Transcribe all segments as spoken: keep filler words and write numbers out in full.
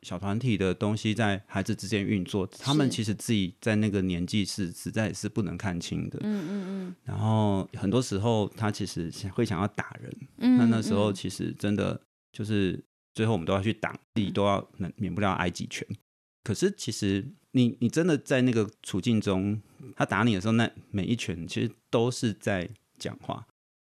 小团体的东西在孩子之间运作，他们其实自己在那个年纪是实在是不能看清的。嗯嗯嗯。然后很多时候他其实会想要打人，嗯嗯，那那时候其实真的就是最后我们都要去挡，自己都要免不了挨几拳。可是其实你你真的在那个处境中，他打你的时候，那每一拳其实都是在讲话。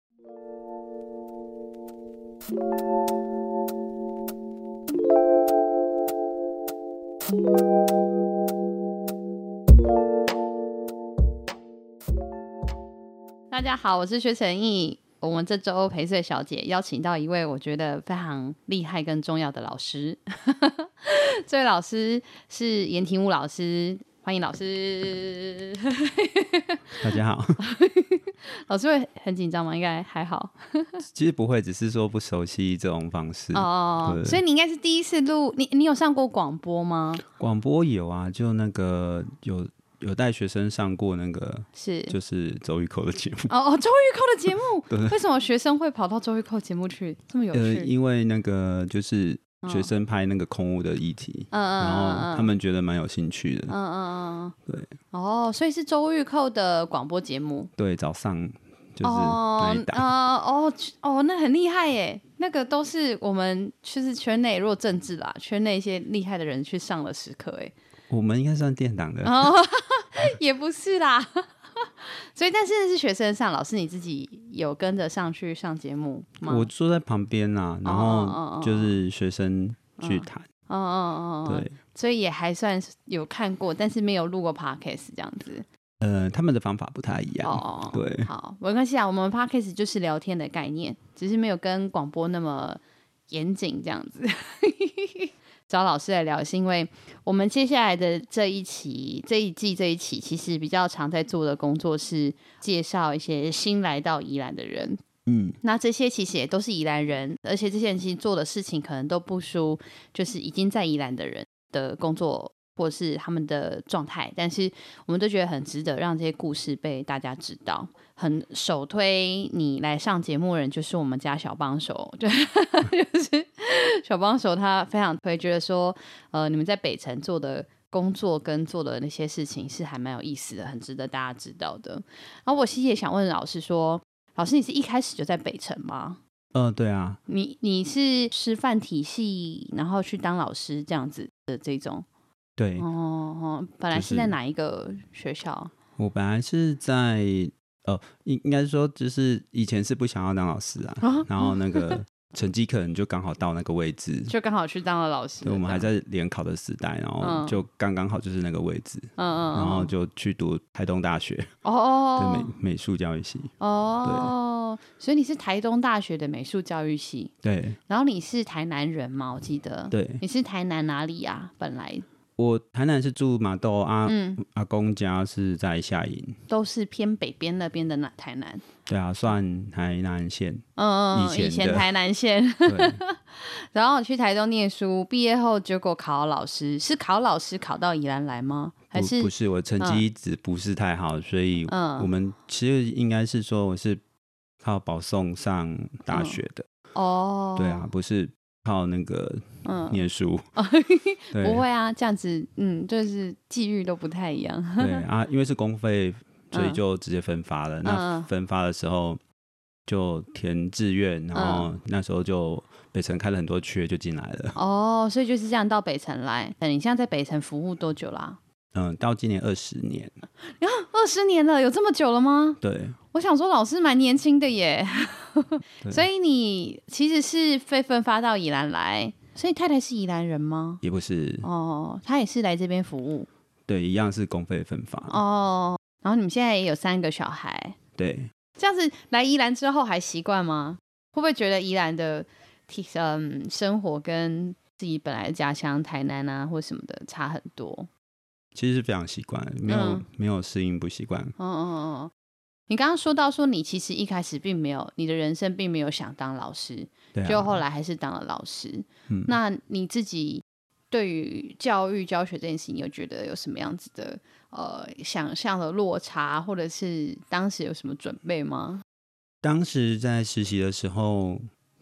大家好，我是薛成义。我们这周陪睡小姐邀请到一位我觉得非常厉害跟重要的老师这位老师是严庭武老师，欢迎老师大家好老师会很紧张吗？应该还好其实不会，只是说不熟悉这种方式哦，所以你应该是第一次录。 你, 你有上过广播吗？ 广播有啊，就那个有有带学生上过那个是就是周玉蔻的节目。 哦哦，周玉蔻的节目为什么学生会跑到周玉蔻节目去，这么有趣？呃， 因为那个就是学生拍那个空污的议题，嗯嗯，然后他们觉得蛮有兴趣的，嗯嗯嗯，对，哦， 所以是周玉蔻的广播节目， 对，早上就是那一档， 哦哦哦，那很厉害耶，那个都是我们就是圈内，如果政治啦，圈内一些厉害的人去上了时刻，哎， 我们应该算电档的， 哦，也不是啦，所以但是是学生上，老师你自己有跟着上去上节目吗？ 我坐在旁边啊，然后就是学生去谈， 哦哦哦，对，所以也还算有看过，但是没有录过 podcast 这样子。 呃，他们的方法不太一样，哦，对， 好，没关系啊，我们 podcast 就是聊天的概念，只是没有跟广播那么严谨这样子。找老师来聊是因为我们接下来的这一期这一季这一期其实比较常在做的工作是介绍一些新来到宜兰的人，嗯，那这些其实也都是宜兰人，而且这些人其实做的事情可能都不输就是已经在宜兰的人的工作或是他们的状态，但是我们都觉得很值得让这些故事被大家知道。很首推你来上节目的人就是我们家小帮手，就是小帮手他非常推，觉得说呃你们在北城做的工作跟做的那些事情是还蛮有意思的，很值得大家知道的。然后我其实也想问老师说，老师你是一开始就在北城吗？ 呃对啊， 你你是师范体系然后去当老师这样子的这种？ 对， 哦哦，本来是在哪一个学校？就是、 我本来是在呃，应应该是说，就是以前是不想要当老师啊，啊然后那个成绩可能就刚好到那个位置， 就刚好去当了老师。 对，我们还在联考的时代，然后就刚刚好就是那个位置，嗯嗯，然后就去读台东大学哦的美美术教育系哦，对，所以你是台东大学的美术教育系， 对， 然后你是台南人吗？我记得， 对， 你是台南哪里啊？本来。 我台南是住麻豆啊、嗯，阿公家是在下营， 都是偏北边那边的台南。 对啊，算台南县。 嗯嗯，以前, 以前台南县。对。然后去台东念书，毕业后结果考老师，是考老师考到宜兰来吗？还是不, 不是？我成绩一直不是太好，嗯、所以我们其实应该是说我是靠保送上大学的。嗯、哦。对啊，不是。靠那个念书、嗯、 不会啊，这样子嗯，就是际遇都不太一样。 对啊，因为是公费，所以就直接分发了、嗯、那分发的时候就填志愿、嗯、然后那时候就北城开了很多缺就进来了。 哦，所以就是这样到北城来。你现在在北城服务多久啦？ 嗯，到今年二十年。 啊，二十年了，有这么久了吗？ 对， 我想说老师蛮年轻的耶。所以你其实是被分发到宜兰来，所以太太是宜兰人吗？ 也不是哦，她也是来这边服务。 对，一样是公费分发。 哦，然后你们现在也有三个小孩。 对， 这样子来宜兰之后还习惯吗？会不会觉得宜兰的、嗯、生活跟自己本来的家乡台南啊或什么的差很多？ 其实是非常习惯，没有、嗯、没有适应不习惯。 嗯嗯嗯。你刚刚说到说你其实一开始并没有，你的人生并没有想当老师，对啊，就后来还是当了老师。嗯，那你自己对于教育教学这件事情，你有觉得有什么样子的呃想象的落差，或者是当时有什么准备吗？ 当时在实习的时候，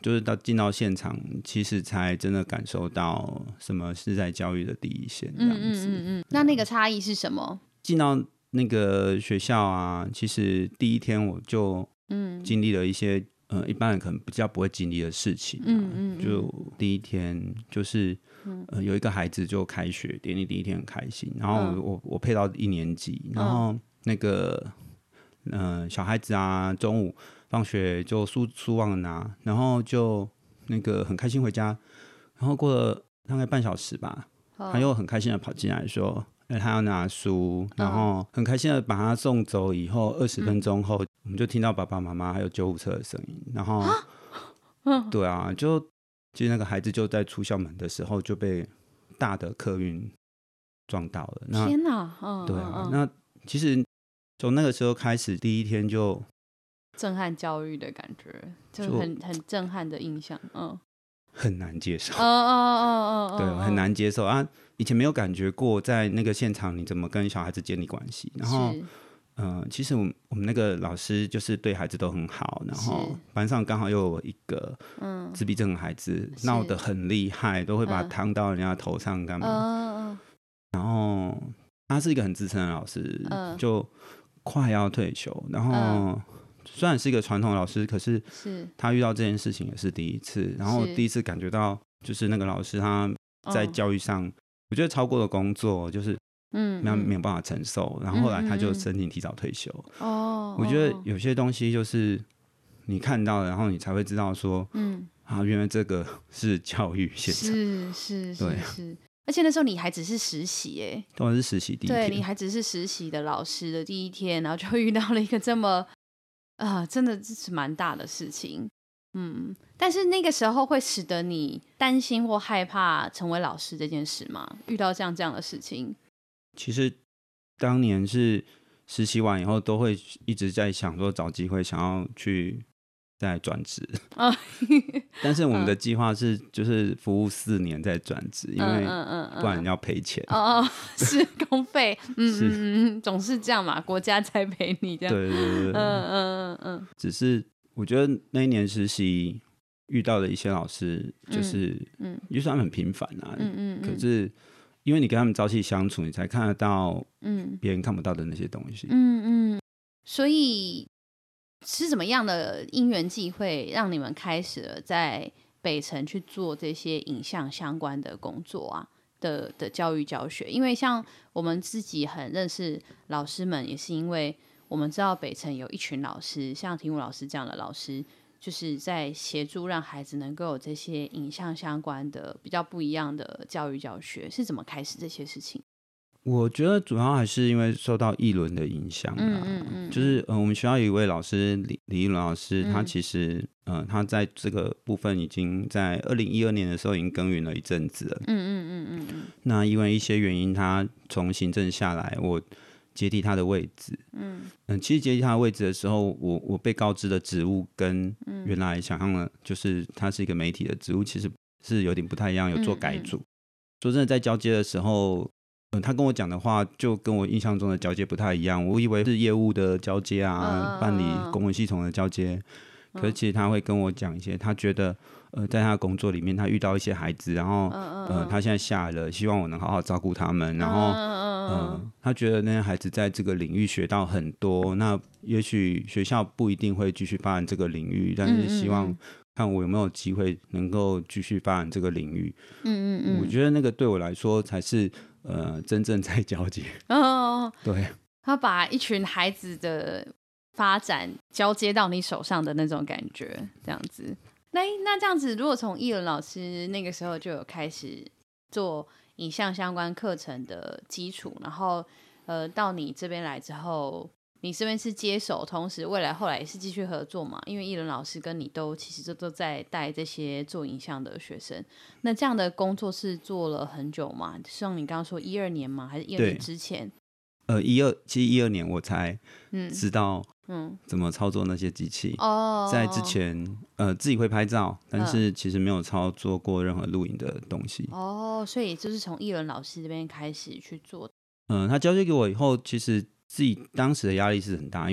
就是到进到现场，其实才真的感受到什么是在教育的第一线这样子。嗯嗯嗯嗯，那那个差异是什么？ 进到那个学校啊，其实第一天我就经历了一些、嗯、呃一般人可能比较不会经历的事情、啊。嗯嗯嗯，就第一天就是。呃、有一个孩子就开学典礼第一天很开心，然后我、嗯、我, 我配到一年级，然后那个、呃、小孩子啊，中午放学就书书忘了拿，然后就那个很开心回家，然后过了大概半小时吧，他又很开心的跑进来说、欸、他要拿书，然后很开心的把他送走以后，二十分钟后、嗯、我们就听到爸爸妈妈还有救护车的声音，然后对啊，就其实那个孩子就在出校门的时候就被大的客运撞到了。那天哪！嗯， 对啊， 嗯， 那其实从那个时候开始，第一天就震撼教育的感觉，就很很震撼的印象。嗯， 很难接受。 嗯嗯嗯嗯， 对，很难接受啊！以前没有感觉过，在那个现场你怎么跟小孩子建立关系，然后。呃，其实我们我们那个老师就是对孩子都很好，然后班上刚好又有一个自闭症的孩子，闹得很厉害，都会把他烫到人家头上干嘛、嗯、然后他是一个很资深的老师、嗯、就快要退休，然后、嗯、虽然是一个传统老师，可是他遇到这件事情也是第一次，然后第一次感觉到就是那个老师他在教育上、嗯、我觉得超过了工作，就是嗯，没, 没有办法承受，然后后来他就申请提早退休。哦、嗯，我觉得有些东西就是你看到了，然后你才会知道说，嗯，啊，原来这个是教育现场， 是是是是，而且那时候你还只是实习耶， 当然是实习第一天， 对，你还只是实习的老师的第一天，然后就遇到了一个这么啊、呃，真的是蛮大的事情。嗯，但是那个时候会使得你担心或害怕成为老师这件事吗？遇到这样这样的事情？ 其实当年是实习完以后都会一直在想说找机会想要去再转职、哦、但是我们的计划是就是服务四年再转职，因为不然要赔钱。 哦哦，是公费，嗯是嗯嗯，总是这样嘛，国家才赔你这样。 对对对，嗯嗯嗯嗯。只是我觉得那一年实习遇到的一些老师就是嗯就算很平凡啊，嗯嗯嗯，可是因为你跟他们朝夕相处，你才看得到别人看不到的那些东西。 嗯嗯，所以是怎么样的因缘际会让你们开始了在北城去做这些影像相关的工作啊的的教育教学？因为像我们自己很认识老师们，也是因为我们知道北城有一群老师，像庭武老师这样的老师，就是在协助让孩子能够有这些影像相关的比较不一样的教育教学。是怎么开始这些事情？ 我觉得主要还是因为受到艺伦的影响啦，嗯嗯嗯，就是呃，我们学校有一位老师李李艺伦老师，他其实呃，他在这个部分已经在二零一二年的时候已经耕耘了一阵子了，嗯嗯嗯嗯嗯。那因为一些原因，他从行政下来，我接替他的位置，嗯嗯，其实接替他的位置的时候，我我被告知的职务跟原来想象的，就是他是一个媒体的职务，其实是有点不太一样，有做改组。嗯嗯，说真的，在交接的时候。嗯、他跟我讲的话就跟我印象中的交接不太一样，我以为是业务的交接啊， uh, 办理公文系统的交接， uh, 可是其实他会跟我讲一些他觉得呃，在他的工作里面他遇到一些孩子，然后、uh, 呃，他现在下来了，希望我能好好照顾他们，然后、uh, 呃、他觉得那些孩子在这个领域学到很多，那也许学校不一定会继续发展这个领域，但是希望看我有没有机会能够继续发展这个领域。嗯嗯嗯，我觉得那个对我来说才是呃，真正在交接。哦，对， 他把一群孩子的发展交接到你手上的那种感觉，这样子。那那这样子，如果从艺伦老师那个时候就有开始做影像相关课程的基础，然后呃，到你这边来之后，你这边是接手，同时未来后来也是继续合作嘛？因为艺伦老师跟你都其实都在带这些做影像的学生。那这样的工作是做了很久吗？像你刚刚说一二年吗？还是一二年之前？ 呃，一二其实一二年我才知道嗯怎么操作那些机器。哦、嗯，在之前呃自己会拍照，但是其实没有操作过任何录影的东西。 哦，所以就是从艺伦老师这边开始去做。 嗯、呃，他交接给我以后，其实自己当时的压力是很大，因为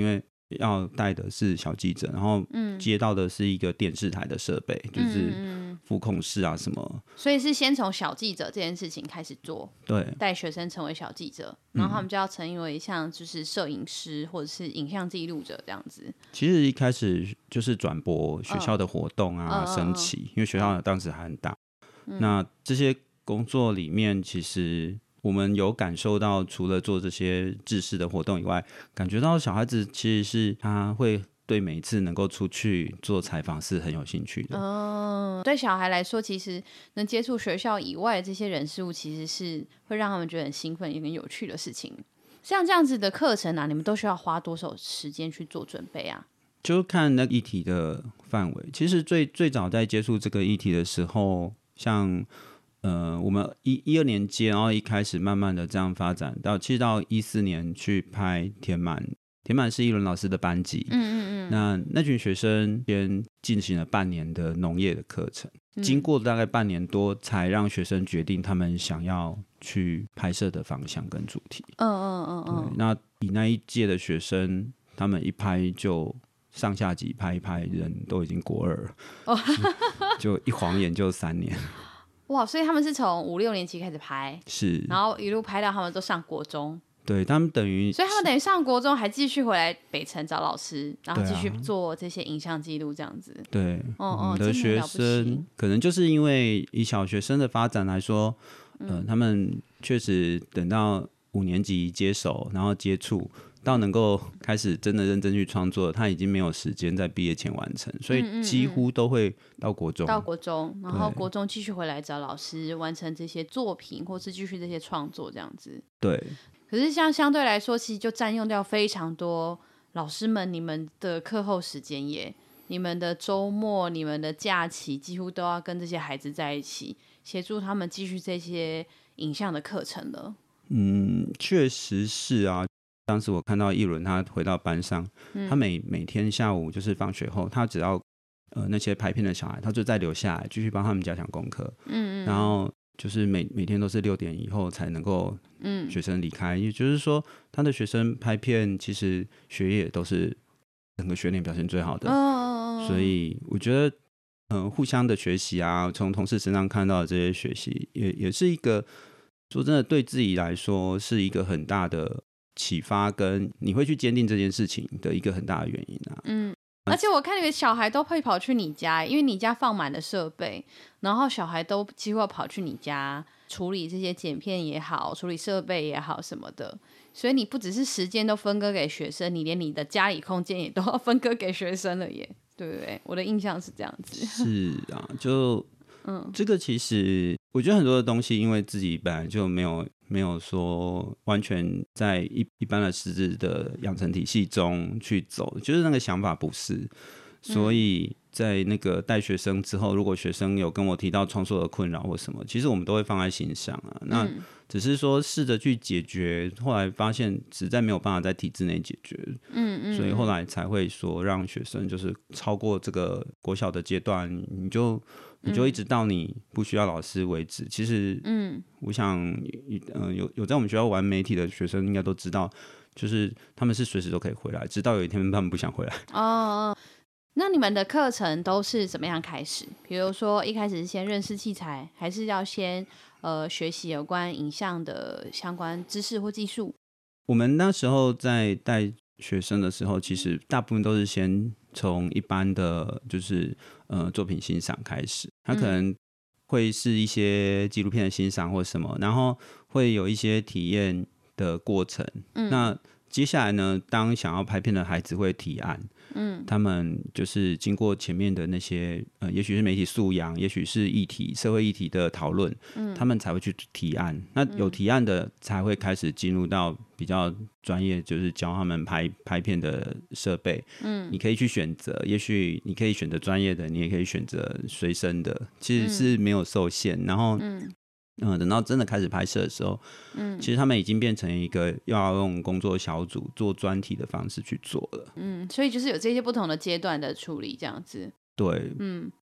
要带的是小记者，然后接到的是一个电视台的设备，嗯、就是副控室啊什么。 所以是先从小记者这件事情开始做， 对， 带学生成为小记者，然后他们就要成为像就是摄影师或者是影像记录者这样子。 其实一开始就是转播学校的活动啊、嗯、升旗，因为学校当时还很大。嗯、那这些工作里面，其实我们有感受到，除了做这些制式的活动以外，感觉到小孩子其实是他会对每一次能够出去做采访是很有兴趣的。 嗯，对小孩来说，其实能接触学校以外的这些人事物，其实是会让他们觉得很兴奋、也很有趣的事情。像这样子的课程啊，你们都需要花多少时间去做准备啊？ 就看那个议题的范围。其实最最早在接触这个议题的时候，像呃，我们一一二年接，然后一开始慢慢的这样发展到，其实到一四年去拍填满，填满是一轮老师的班级，嗯嗯嗯，那那群学生先进行了半年的农业的课程，嗯、经过大概半年多，才让学生决定他们想要去拍摄的方向跟主题。嗯嗯嗯嗯，对，那以那一届的学生，他们一拍就上下集拍一拍，人都已经国二了，哦、就, 就一晃眼就三年。 哇，所以他们是从五六年级开始拍， 是， 然后一路拍到他们都上国中。 对，他们等于， 所以他们等于上国中还继续回来北城找老师，然后继续做这些影像记录这样子。 对，哦哦，我们的学生可能就是因为以小学生的发展来说，嗯、呃，他们确实等到五年级接手，然后接触。到能够开始真的认真去创作，他已经没有时间在毕业前完成，所以几乎都会到国中， 到国中，然后国中继续回来找老师完成这些作品，或是继续这些创作这样子。 对。 可是像相对来说，其实就占用掉非常多老师们你们的课后时间耶，你们的周末、你们的假期，几乎都要跟这些孩子在一起，协助他们继续这些影像的课程了。 嗯，确实是啊。当时我看到一轮他回到班上，嗯、他每每天下午就是放学后，他只要呃那些拍片的小孩，他就再留下来继续帮他们加强功课。嗯嗯，然后就是每每天都是六点以后才能够学生离开，嗯、也就是说他的学生拍片其实学业都是整个学年表现最好的。哦，所以我觉得嗯、呃、互相的学习啊，从同事身上看到的这些学习，也也是一个说真的对自己来说是一个很大的启发，跟你会去坚定这件事情的一个很大的原因啊。嗯， 而且我看你的小孩都会跑去你家，因为你家放满了设备，然后小孩都几乎要跑去你家处理这些剪片也好，处理设备也好什么的。所以你不只是时间都分割给学生，你连你的家里空间也都要分割给学生了耶，对不对？我的印象是这样子。 是啊，就嗯，这个其实我觉得很多的东西，因为自己本来就没有没有说完全在一一般的师资的养成体系中去走，就是那个想法不是，所以在那个带学生之后，如果学生有跟我提到创作的困扰或什么，其实我们都会放在心上啊。那只是说试着去解决，后来发现实在没有办法在体制内解决，嗯嗯，所以后来才会说让学生就是超过这个国小的阶段，你就。你就一直到你不需要老师为止。其实，嗯，我想，呃，有有在我们学校玩媒体的学生应该都知道，就是他们是随时都可以回来，直到有一天他们不想回来。 哦，那你们的课程都是怎么样开始？比如说一开始是先认识器材，还是要先呃学习有关影像的相关知识或技术？ 我们那时候在带学生的时候，其实大部分都是先从一般的就是呃作品欣赏开始，他可能会是一些纪录片的欣赏或什么，然后会有一些体验的过程。嗯、那接下来呢，当想要拍片的孩子会提案，嗯，他们就是经过前面的那些呃，也许是媒体素养，也许是议题社会议题的讨论，嗯，他们才会去提案。那有提案的才会开始进入到比较专业，就是教他们拍拍片的设备。嗯，你可以去选择，也许你可以选择专业的，你也可以选择随身的，其实是没有受限。然后，嗯。嗯，等到真的开始拍摄的时候，嗯，其实他们已经变成一个要用工作小组做专题的方式去做了。 嗯，所以就是有这些不同的阶段的处理，这样子。 对，嗯，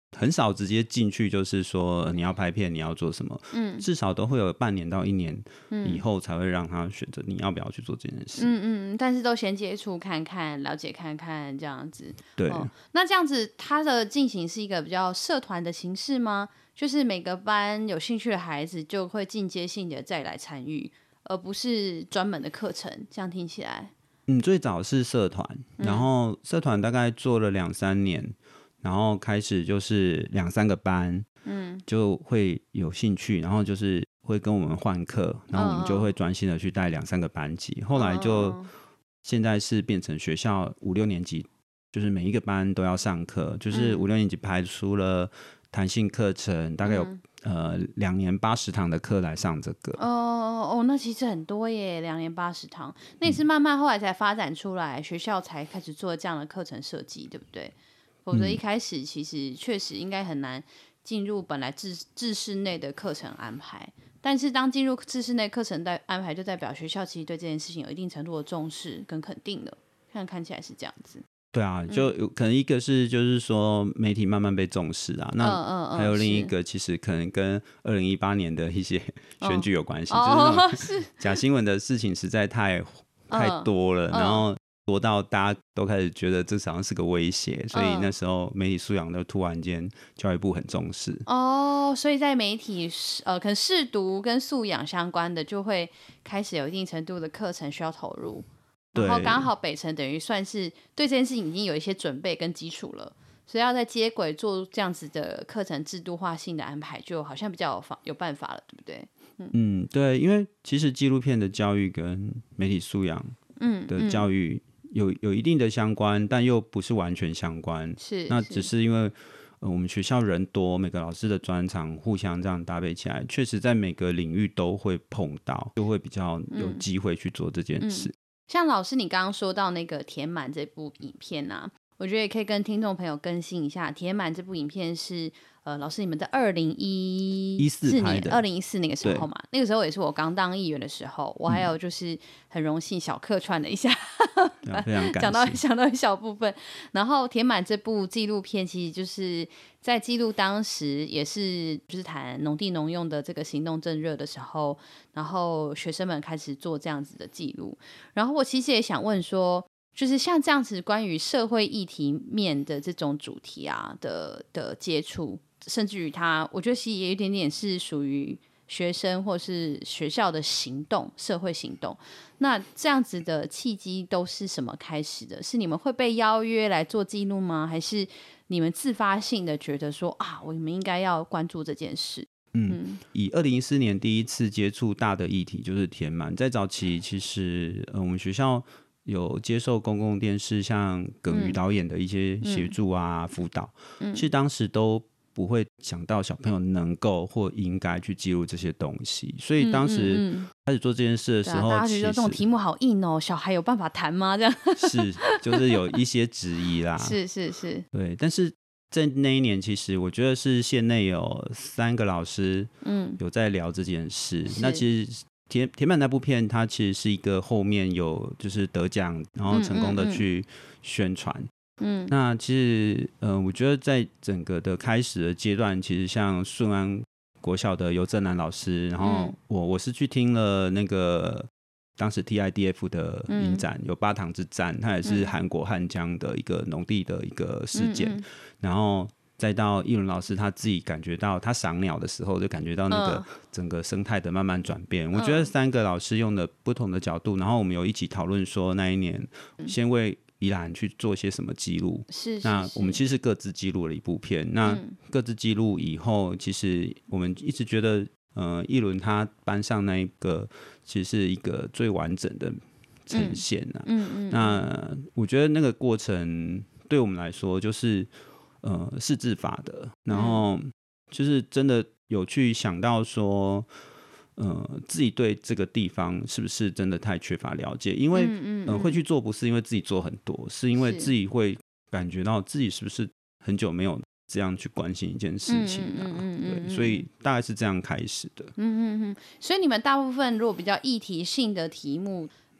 很少直接进去，就是说、呃、你要拍片，你要做什么，嗯，至少都会有半年到一年以后才会让他选择你要不要去做这件事。 嗯嗯，但是都先接触看看，了解看看这样子。 对、 哦，那这样子它的进行是一个比较社团的形式吗？就是每个班有兴趣的孩子就会进阶性的再来参与，而不是专门的课程，这样听起来。 嗯，最早是社团，然后社团大概做了两三年，然后开始就是两三个班，嗯，就会有兴趣，然后就是会跟我们换课，然后我们就会专心的去带两三个班级。后来就现在是变成学校五六年级，就是每一个班都要上课，就是五六年级排出了弹性课程，大概有、嗯。呃，两年八十堂的课来上这个哦哦，那其实很多耶，两年八十堂，那也是慢慢后来才发展出来，嗯、学校才开始做这样的课程设计，对不对？否则一开始其实确实应该很难进入本来制制式内的课程安排，但是当进入制式内课程的安排，就代表学校其实对这件事情有一定程度的重视跟肯定的，看看起来是这样子。 对啊，就有可能一个是就是说媒体慢慢被重视啊，那还有另一个其实可能跟二零一八年的一些选举有关系， 哦、 就是那种假新闻的事情实在太太多了，然后多到大家都开始觉得这好像是个威胁，所以那时候媒体素养的突然间教育部很重视。 哦，所以在媒体呃可能识读跟素养相关的，就会开始有一定程度的课程需要投入。然后刚好北城等于算是对这件事情已经有一些准备跟基础了，所以要在接轨做这样子的课程制度化性的安排，就好像比较 有, 有办法了，对不对？ 嗯, 嗯，对，因为其实纪录片的教育跟媒体素养的教育有, 有一定的相关，但又不是完全相关。 是， 那只是因为、呃、我们学校人多，每个老师的专长互相这样搭配起来，确实在每个领域都会碰到，就会比较有机会去做这件事。嗯嗯， 像老师你刚刚说到那个填满这部影片啊，我觉得也可以跟听众朋友更新一下，填满这部影片是呃，老师你们在二零一四年二零一四那个时候嘛，那个时候也是我刚当议员的时候，我还有就是很荣幸小客串了一下、 嗯、非常感谢讲到讲到一小部分，然后填满这部纪录片其实就是在记录当时也是就是谈农地农用的这个行动正热的时候，然后学生们开始做这样子的记录，然后我其实也想问说，就是像这样子关于社会议题面的这种主题啊的的接触，甚至于它我觉得其实也有一点点是属于学生或是学校的行动，社会行动，那这样子的契机都是什么开始的？是你们会被邀约来做记录吗？还是你们自发性的觉得说啊，我们应该要关注这件事？ 嗯，嗯以二零一四年第一次接触大的议题就是填满，在早期其实、呃、我们学校有接受公共电视像耿瑜导演的一些协助啊、嗯、辅导、嗯、其实当时都不会想到小朋友能够或应该去记录这些东西，所以当时开始做这件事的时候、嗯嗯嗯、 大家觉得这种题目好硬哦，小孩有办法谈吗？这样是就是有一些质疑啦是是是， 对，但是在那一年其实我觉得是县内有三个老师有在聊这件事、嗯、那其实填填满那部片它其实是一个后面有就是得奖然后成功的去宣传，嗯嗯嗯，那其实呃，我觉得在整个的开始的阶段，其实像顺安国小的尤正南老师，然后我我是去听了那个当时 T I D F 的影展、嗯、有八塘之战，它也是韩国汉江的一个农地的一个事件、嗯嗯、然后再到艺伦老师他自己感觉到他赏鸟的时候就感觉到那个整个生态的慢慢转变、嗯、我觉得三个老师用的不同的角度，然后我们有一起讨论说那一年先为宜兰去做一些什么记录， 是是是， 那我们其实各自记录了一部片，那各自记录以后其实我们一直觉得呃，艺伦他班上那一个其实是一个最完整的呈现、啊嗯嗯嗯、那我觉得那个过程对我们来说就是呃是自发的，然后就是真的有去想到说呃，自己对这个地方是不是真的太缺乏了解，因为、嗯嗯嗯呃、会去做不是因为自己做很多，是因为自己会感觉到自己是不是很久没有这样去关心一件事情啊，嗯嗯嗯嗯嗯，对，所以大概是这样开始的。 嗯嗯嗯，所以你们大部分如果比较议题性的题目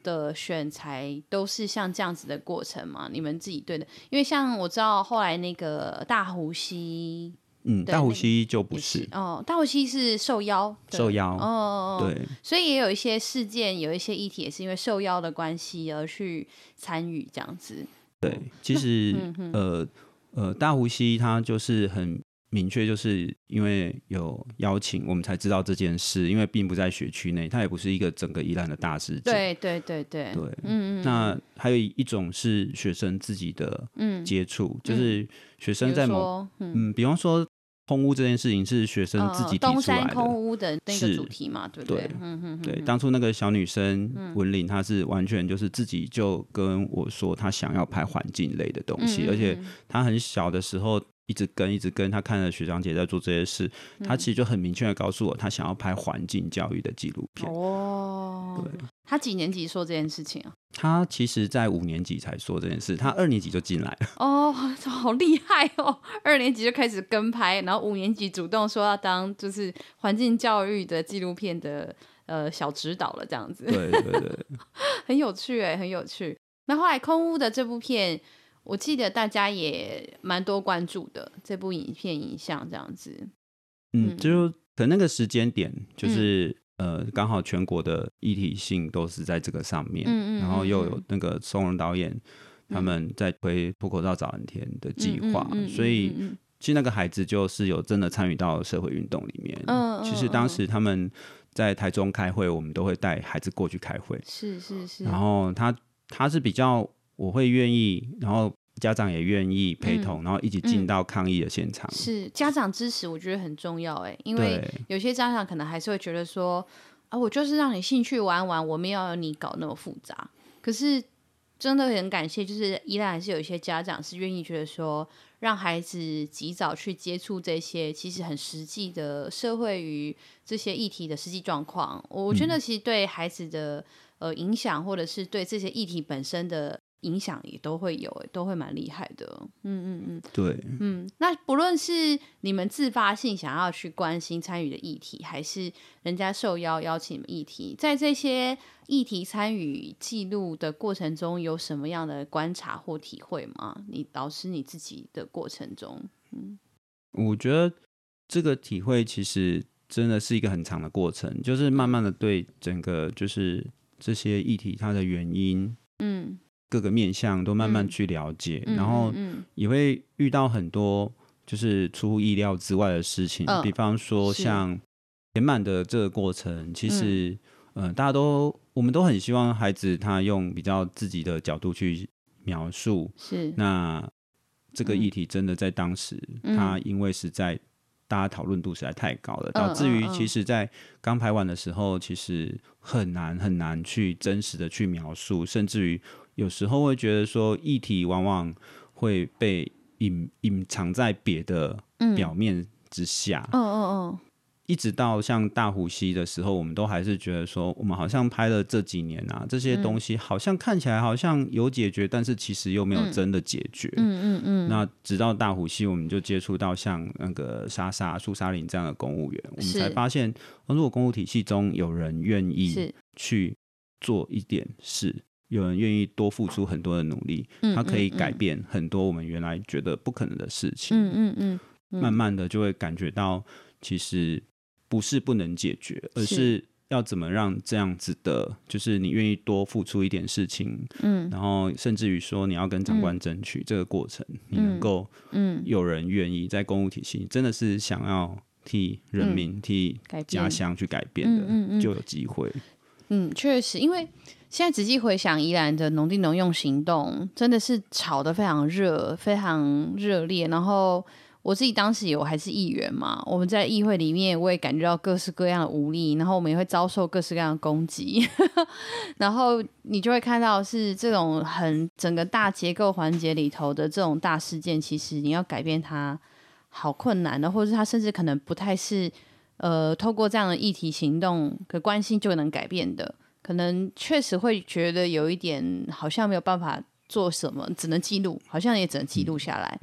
的选材都是像这样子的过程吗？你们自己对的？因为像我知道后来那个大湖溪， 嗯，大湖溪就不是， 是哦，大湖溪是受邀的， 受邀， 哦， 对， 所以也有一些事件，有一些议题也是因为受邀的关系而去参与这样子。 对，其实、嗯、呃呃，大湖溪它就是很明确，就是因为有邀请，我们才知道这件事，因为并不在学区内，它也不是一个整个宜兰的大事件。 对对对对对， 嗯嗯。 那还有一种是学生自己的接触、嗯，就是学生在某嗯，嗯，比方说空屋这件事情是学生自己提出来的， 东山空屋的那个主题嘛，对不对？对，嗯哼哼对，当初那个小女生文玲，她是完全就是自己就跟我说，她想要拍环境类的东西，嗯、而且她很小的时候一直跟一直跟，她看了学长姐在做这些事，她其实就很明确的告诉我，她想要拍环境教育的纪录片。 哦，对，她几年级说这件事情啊？ 他其实在五年级才说这件事，他二年级就进来了。 哦，好厉害哦！二年级就开始跟拍，然后五年级主动说要当就是环境教育的纪录片的呃小指导了，这样子。 对对对， 很有趣哎，很有趣。那后来空屋的这部片，我记得大家也蛮多关注的，这部影片影像这样子。 嗯，嗯就可能那个时间点就是。嗯呃，刚好全国的议题性都是在这个上面，嗯嗯嗯然后又有那个松仁导演、嗯、他们在推脱口罩早蓝天的计划、嗯嗯嗯嗯嗯，所以其实那个孩子就是有真的参与到社会运动里面。嗯嗯嗯其实当时他们在台中开会，我们都会带孩子过去开会， 是是是。 然后他他是比较我会愿意，然后。家长也愿意陪同、嗯、然后一起进到抗议的现场、 嗯、是家长支持我觉得很重要耶，因为有些家长可能还是会觉得说啊，我就是让你兴趣玩玩，我没有你搞那么复杂。可是真的很感谢，就是依然还是有一些家长是愿意觉得说让孩子及早去接触这些其实很实际的社会与这些议题的实际状况，我觉得其实对孩子的、呃、影响或者是对这些议题本身的影响也都会有，都会蛮厉害的。嗯嗯嗯， 对， 嗯，那不论是你们自发性想要去关心参与的议题，还是人家受邀邀请你们议题，在这些议题参与记录的过程中，有什么样的观察或体会吗？你老师你自己的过程中，嗯， 我觉得这个体会其实真的是一个很长的过程，就是慢慢的对整个就是这些议题它的原因，嗯。各个面向都慢慢去了解、嗯、然后也会遇到很多就是出乎意料之外的事情、嗯、比方说像填满的这个过程其实、嗯呃、大家都我们都很希望孩子他用比较自己的角度去描述，是那这个议题真的在当时、嗯、他因为实在大家讨论度实在太高了、嗯、导致于其实在刚排完的时候其实很难很难去真实的去描述，甚至于有时候会觉得说议题往往会被 隐, 隐藏在别的表面之下，嗯嗯嗯，一直到像大湖溪的时候，我们都还是觉得说我们好像拍了这几年啊，这些东西好像看起来好像有解决、嗯、但是其实又没有真的解决，嗯嗯嗯。那直到大湖溪我们就接触到像那个莎莎苏莎琳这样的公务员，我们才发现如果公务体系中有人愿意去做一点事，有人愿意多付出很多的努力，嗯、他可以改变很多我们原来觉得不可能的事情。嗯嗯 嗯, 嗯，慢慢的就会感觉到，其实不是不能解决，而是要怎么让这样子的，就是你愿意多付出一点事情，嗯，然后甚至于说你要跟长官争取、嗯、这个过程，你能够，嗯，有人愿意在公务体系，真的是想要替人民、嗯、替家乡去改变的，嗯嗯嗯、就有机会。 嗯，确实，因为现在仔细回想宜兰的农地农用行动真的是吵得非常热非常热烈，然后我自己当时有还是议员嘛，我们在议会里面我也感觉到各式各样的无力，然后我们也会遭受各式各样的攻击然后你就会看到是这种很整个大结构环节里头的这种大事件，其实你要改变它好困难的，或者是它甚至可能不太是呃，透过这样的议题行动的关系就能改变的，可能确实会觉得有一点好像没有办法做什么，只能记录，好像也只能记录下来、嗯、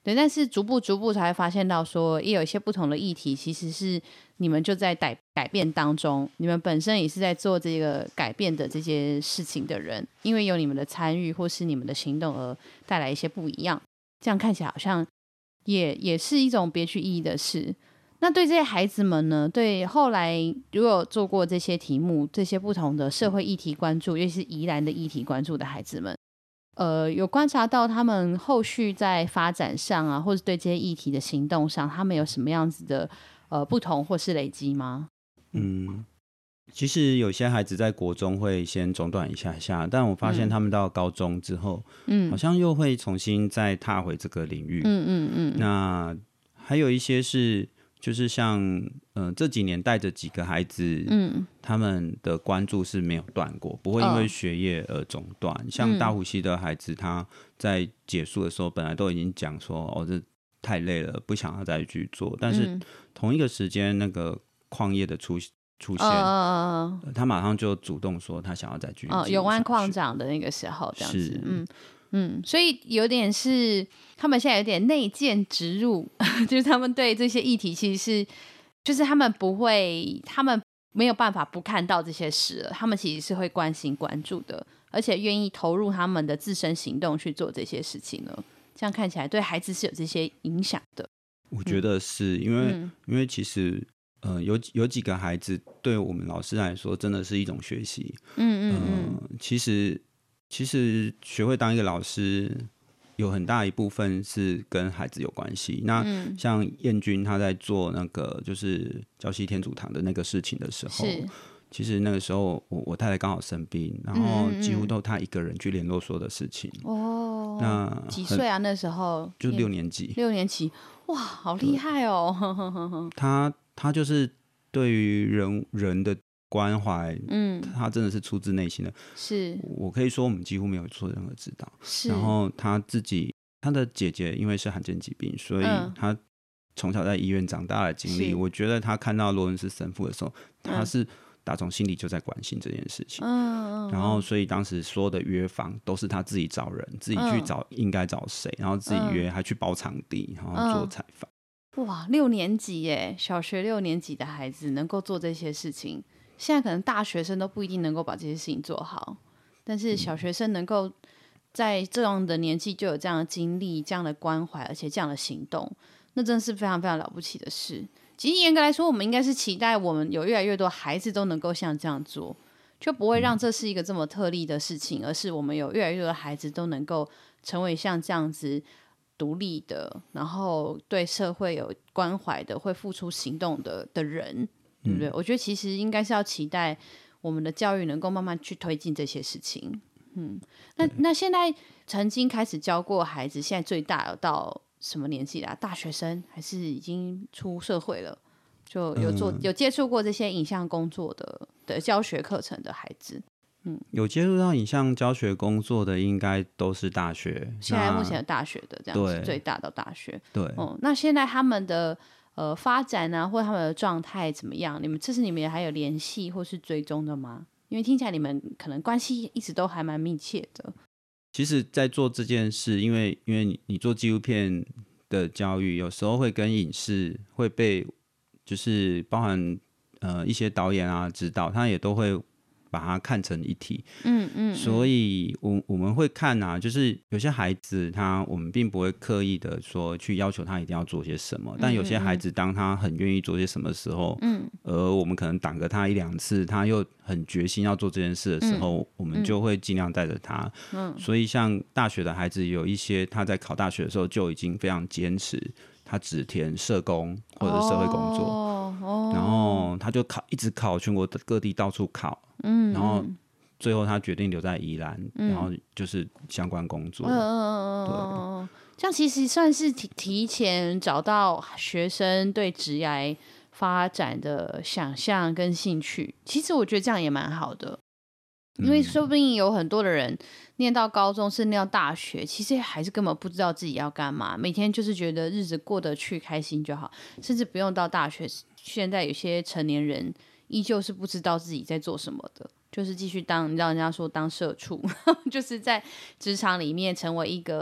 对，但是逐步逐步才会发现到说，也有一些不同的议题，其实是你们就在改改变当中，你们本身也是在做这个改变的这些事情的人，因为有你们的参与或是你们的行动而带来一些不一样，这样看起来好像也也是一种别具意义的事。那对这些孩子们呢，对后来如果有做过这些题目，这些不同的社会议题关注，尤其是宜兰的议题关注的孩子们，呃，有观察到他们后续在发展上啊，或者对这些议题的行动上，他们有什么样子的呃不同或是累积吗？ 嗯，其实有些孩子在国中会先中断一下下，但我发现他们到高中之后，嗯，好像又会重新再踏回这个领域。嗯嗯嗯。那还有一些是，就是像嗯、呃、这几年带着几个孩子，嗯，他们的关注是没有断过，不会因为学业而中断。哦、像大湖溪的孩子，他在结束的时候本来都已经讲说，哦，这太累了，不想要再去做。但是同一个时间，那个矿业的出出现，呃、他马上就主动说他想要再继续。哦， 永安矿长的那个时候，这样子，嗯。嗯，所以有点是他们现在有点内建植入，就是他们对这些议题其实是，就是他们不会，他们没有办法不看到这些事了，他们其实是会关心关注的，而且愿意投入他们的自身行动去做这些事情了。这样看起来对孩子是有这些影响的。 我觉得是、嗯、因为、嗯、因为其实呃有有几个孩子对我们老师来说真的是一种学习。嗯嗯嗯、呃，其实。其实学会当一个老师有很大一部分是跟孩子有关系。那像燕君他在做那个就是礁溪天主堂的那个事情的时候，其实那个时候我我太太刚好生病，然后几乎都他一个人去联络所有的事情。哦，那几岁啊？那时候就六年级。 六年级，哇，好厉害哦！ 他他就是对于人人的关怀，嗯，他真的是出自内心的。 是， 我可以说我们几乎没有做任何指导。是，然后他自己，他的姐姐因为是罕见疾病，所以他从小在医院长大的经历，我觉得他看到罗恩斯神父的时候，他是打从心里就在关心这件事情。嗯，然后所以当时所有的约访都是他自己找人，自己去找应该找谁，然后自己约，还去包场地，然后做采访。 哇，六年级耶，小学六年级的孩子能够做这些事情。现在可能大学生都不一定能够把这些事情做好，但是小学生能够在这样的年纪就有这样的经历、这样的关怀，而且这样的行动，那真的是非常非常了不起的事。其实严格来说，我们应该是期待我们有越来越多孩子都能够像这样做，就不会让这是一个这么特例的事情，而是我们有越来越多的孩子都能够成为像这样子独立的，然后对社会有关怀的，会付出行动的的人。对不对？我觉得其实应该是要期待我们的教育能够慢慢去推进这些事情。嗯，那那现在曾经开始教过孩子，现在最大有到什么年纪啦？大学生还是已经出社会了？就有做、嗯、有接触过这些影像工作的的教学课程的孩子？嗯， 有接触到影像教学工作的，应该都是大学。 现在目前的大学的这样子，最大到大学。 对， 哦、嗯，那现在他们的。呃，发展啊，或者他们的状态怎么样？你们这是你们还有联系或是追踪的吗？因为听起来你们可能关系一直都还蛮密切的。 其实，在做这件事，因为因为 你, 你做纪录片的教育，有时候会跟影视会被，就是包含呃一些导演啊、指导，他也都会把它看成一体。嗯 嗯, 嗯，所以我我们会看啊，就是有些孩子他我们并不会刻意的说去要求他一定要做些什么，嗯嗯嗯，但有些孩子当他很愿意做些什么时候，嗯，而我们可能挡个他一两次，他又很决心要做这件事的时候，嗯、我们就会尽量带着他。嗯，所以像大学的孩子，有一些他在考大学的时候就已经非常坚持，他只填社工或者是社会工作。哦哦，然后他就考，一直考全国各地到处考，嗯，然后最后他决定留在宜兰，嗯，然后就是相关工作。嗯嗯嗯，对，这样其实算是提提前找到学生对职业发展的想象跟兴趣。其实我觉得这样也蛮好的，因为说不定有很多的人念到高中甚至念到大学，其实还是根本不知道自己要干嘛，每天就是觉得日子过得去开心就好，甚至不用到大学。现在有些成年人依旧是不知道自己在做什么的，就是继续当，你知道人家说当社畜，就是在职场里面成为一个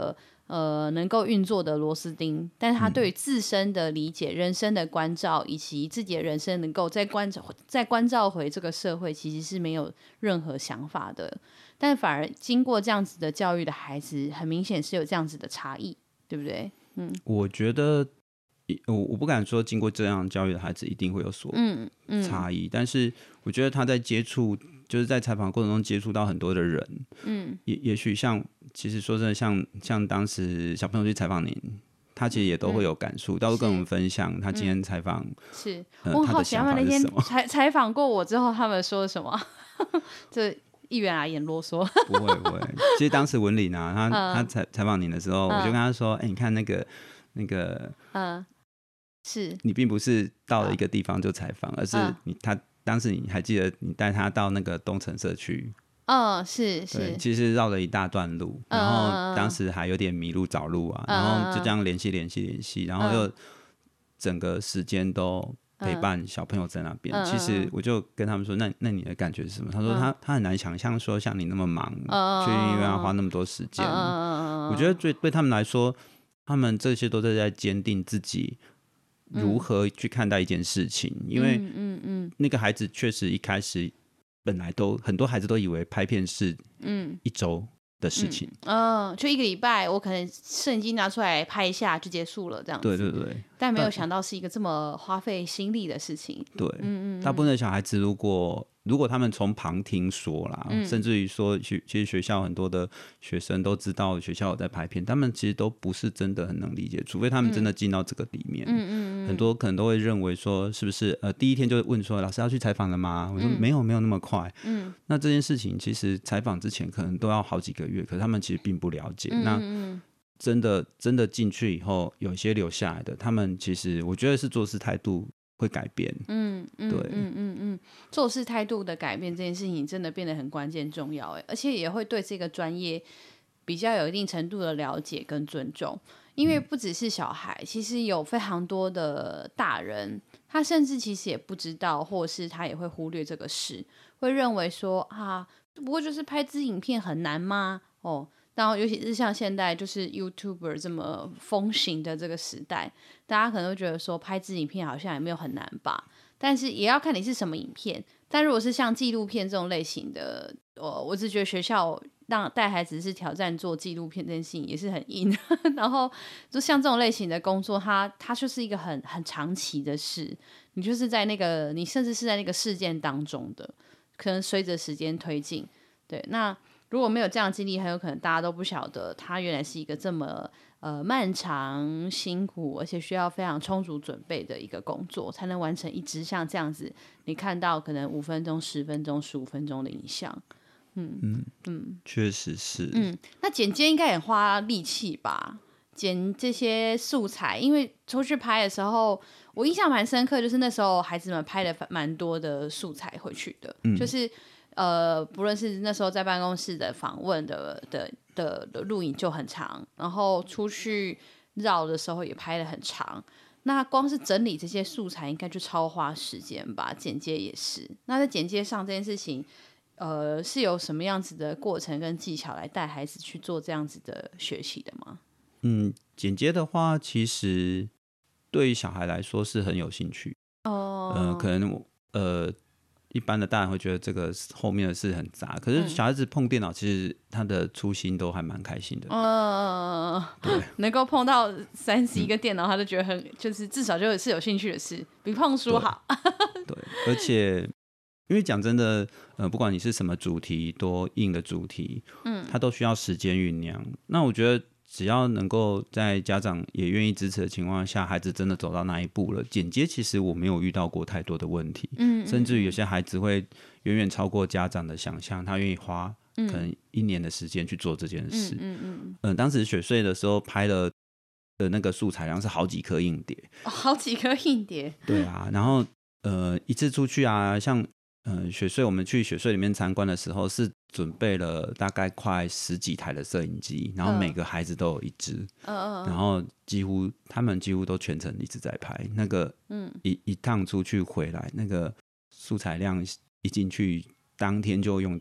呃能够运作的螺丝钉，但是他对于自身的理解、嗯、人生的关照，以及自己的人生能够再关照再关照回这个社会，其实是没有任何想法的。但反而经过这样子的教育的孩子，很明显是有这样子的差异，对不对？嗯， 我觉得我我不敢说经过这样教育的孩子一定会有所差异，嗯嗯、但是我觉得他在接触，就是在采访过程中接触到很多的人，嗯，也也许像，其实说真的，像像当时小朋友去采访您，他其实也都会有感触，嗯、到时候跟我们分享他今天采访、嗯、 是， 呃、 我好喜欢他们那天采采访过我之后，他们说什么？这议员阿言啰嗦， 不会不会。其实当时文玲啊，他、嗯、他采采访您的时候，嗯、我就跟他说：“哎、欸，你看那个那个，嗯， 是你并不是到了一个地方就采访，嗯、而是你他当时你还记得你带他到那个东城社区。” 嗯，是是， 其实绕了一大段路，然后当时还有点迷路找路啊，嗯、然后就这样联系联系联系，然后又整个时间都陪伴小朋友在那边。嗯、其实我就跟他们说，那那你的感觉是什么？他说他、嗯、他很难想象说像你那么忙，嗯、去医院要花那么多时间。嗯、我觉得对对他们来说，他们这些都是在坚定自己如何去看待一件事情，嗯、因为嗯嗯那个孩子确实一开始。本来都很多孩子都以为拍片是一周的事情， 嗯，嗯就一个礼拜，我可能摄影机拿出来拍一下就结束了，这样子。 对对对。 但没有想到是一个这么花费心力的事情。 对，嗯嗯。大部分的小孩子，如果如果他们从旁听说啦，嗯、甚至于说，其实学校很多的学生都知道学校有在拍片，他们其实都不是真的很能理解，除非他们真的进到这个里面。嗯嗯嗯。很多可能都会认为说，是不是呃第一天就问说，老师要去采访了吗？我说、嗯、没有，没有那么快。嗯。那这件事情其实采访之前可能都要好几个月，可是他们其实并不了解。嗯嗯嗯那真的真的进去以后，有些留下来的，他们其实我觉得是做事态度会改变。嗯，嗯对， 嗯嗯嗯，做事态度的改变这件事情真的变得很关键重要，而且也会对这个专业比较有一定程度的了解跟尊重。因为不只是小孩，嗯、其实有非常多的大人，他甚至其实也不知道，或是他也会忽略这个事，会认为说啊，不过就是拍支影片很难吗？哦。然后尤其是像现在就是 YouTuber 这么风行的这个时代，大家可能会觉得说拍支影片好像也没有很难吧，但是也要看你是什么影片。但如果是像纪录片这种类型的，我我只觉得学校让带孩子是挑战做纪录片这件事情也是很硬然后就像这种类型的工作，它它就是一个很很长期的事，你就是在那个你甚至是在那个事件当中的，可能随着时间推进。对，那如果没有这样的经历，很有可能大家都不晓得它原来是一个这么呃漫长、辛苦，而且需要非常充足准备的一个工作，才能完成一支像这样子你看到可能五分钟、十分钟、十五分钟的影像。嗯嗯嗯，确实是。 嗯，那剪接应该也花力气吧？剪这些素材，因为出去拍的时候，我印象蛮深刻，就是那时候孩子们拍了蛮多的素材回去的，嗯、就是。呃，不论是那时候在办公室的访问的的的的录影就很长，然后出去绕的时候也拍得很长。那光是整理这些素材，应该就超花时间吧？剪接也是。那在剪接上这件事情，呃，是有什么样子的过程跟技巧来带孩子去做这样子的学习的吗？ 嗯，剪接的话，其实对于小孩来说是很有兴趣。哦，呃，可能我呃。一般的大人会觉得这个后面的事很杂，可是小孩子碰电脑，其实他的初心都还蛮开心的。嗯， 对，能够碰到三 C 跟电脑，他就觉得很，就是至少就是有兴趣的事，比碰书好。 对，对而且因为讲真的，呃，不管你是什么主题，多硬的主题，嗯，它都需要时间酝酿。那我觉得。只要能够在家长也愿意支持的情况下，孩子真的走到那一步了，剪接其实我没有遇到过太多的问题，嗯嗯嗯甚至于有些孩子会远远超过家长的想象，他愿意花可能一年的时间去做这件事。嗯嗯嗯嗯、呃，当时雪隧的时候拍了的那个素材量是好几颗硬碟、 哦，好几颗硬碟。 对啊，然后呃一次出去啊，像。呃，雪隧我们去雪隧里面参观的时候，是准备了大概快十几台的摄影机，然后每个孩子都有一支，嗯、然后几乎他们几乎都全程一直在拍。那个，嗯，一一趟出去回来，那个素材量一进去，当天就用掉了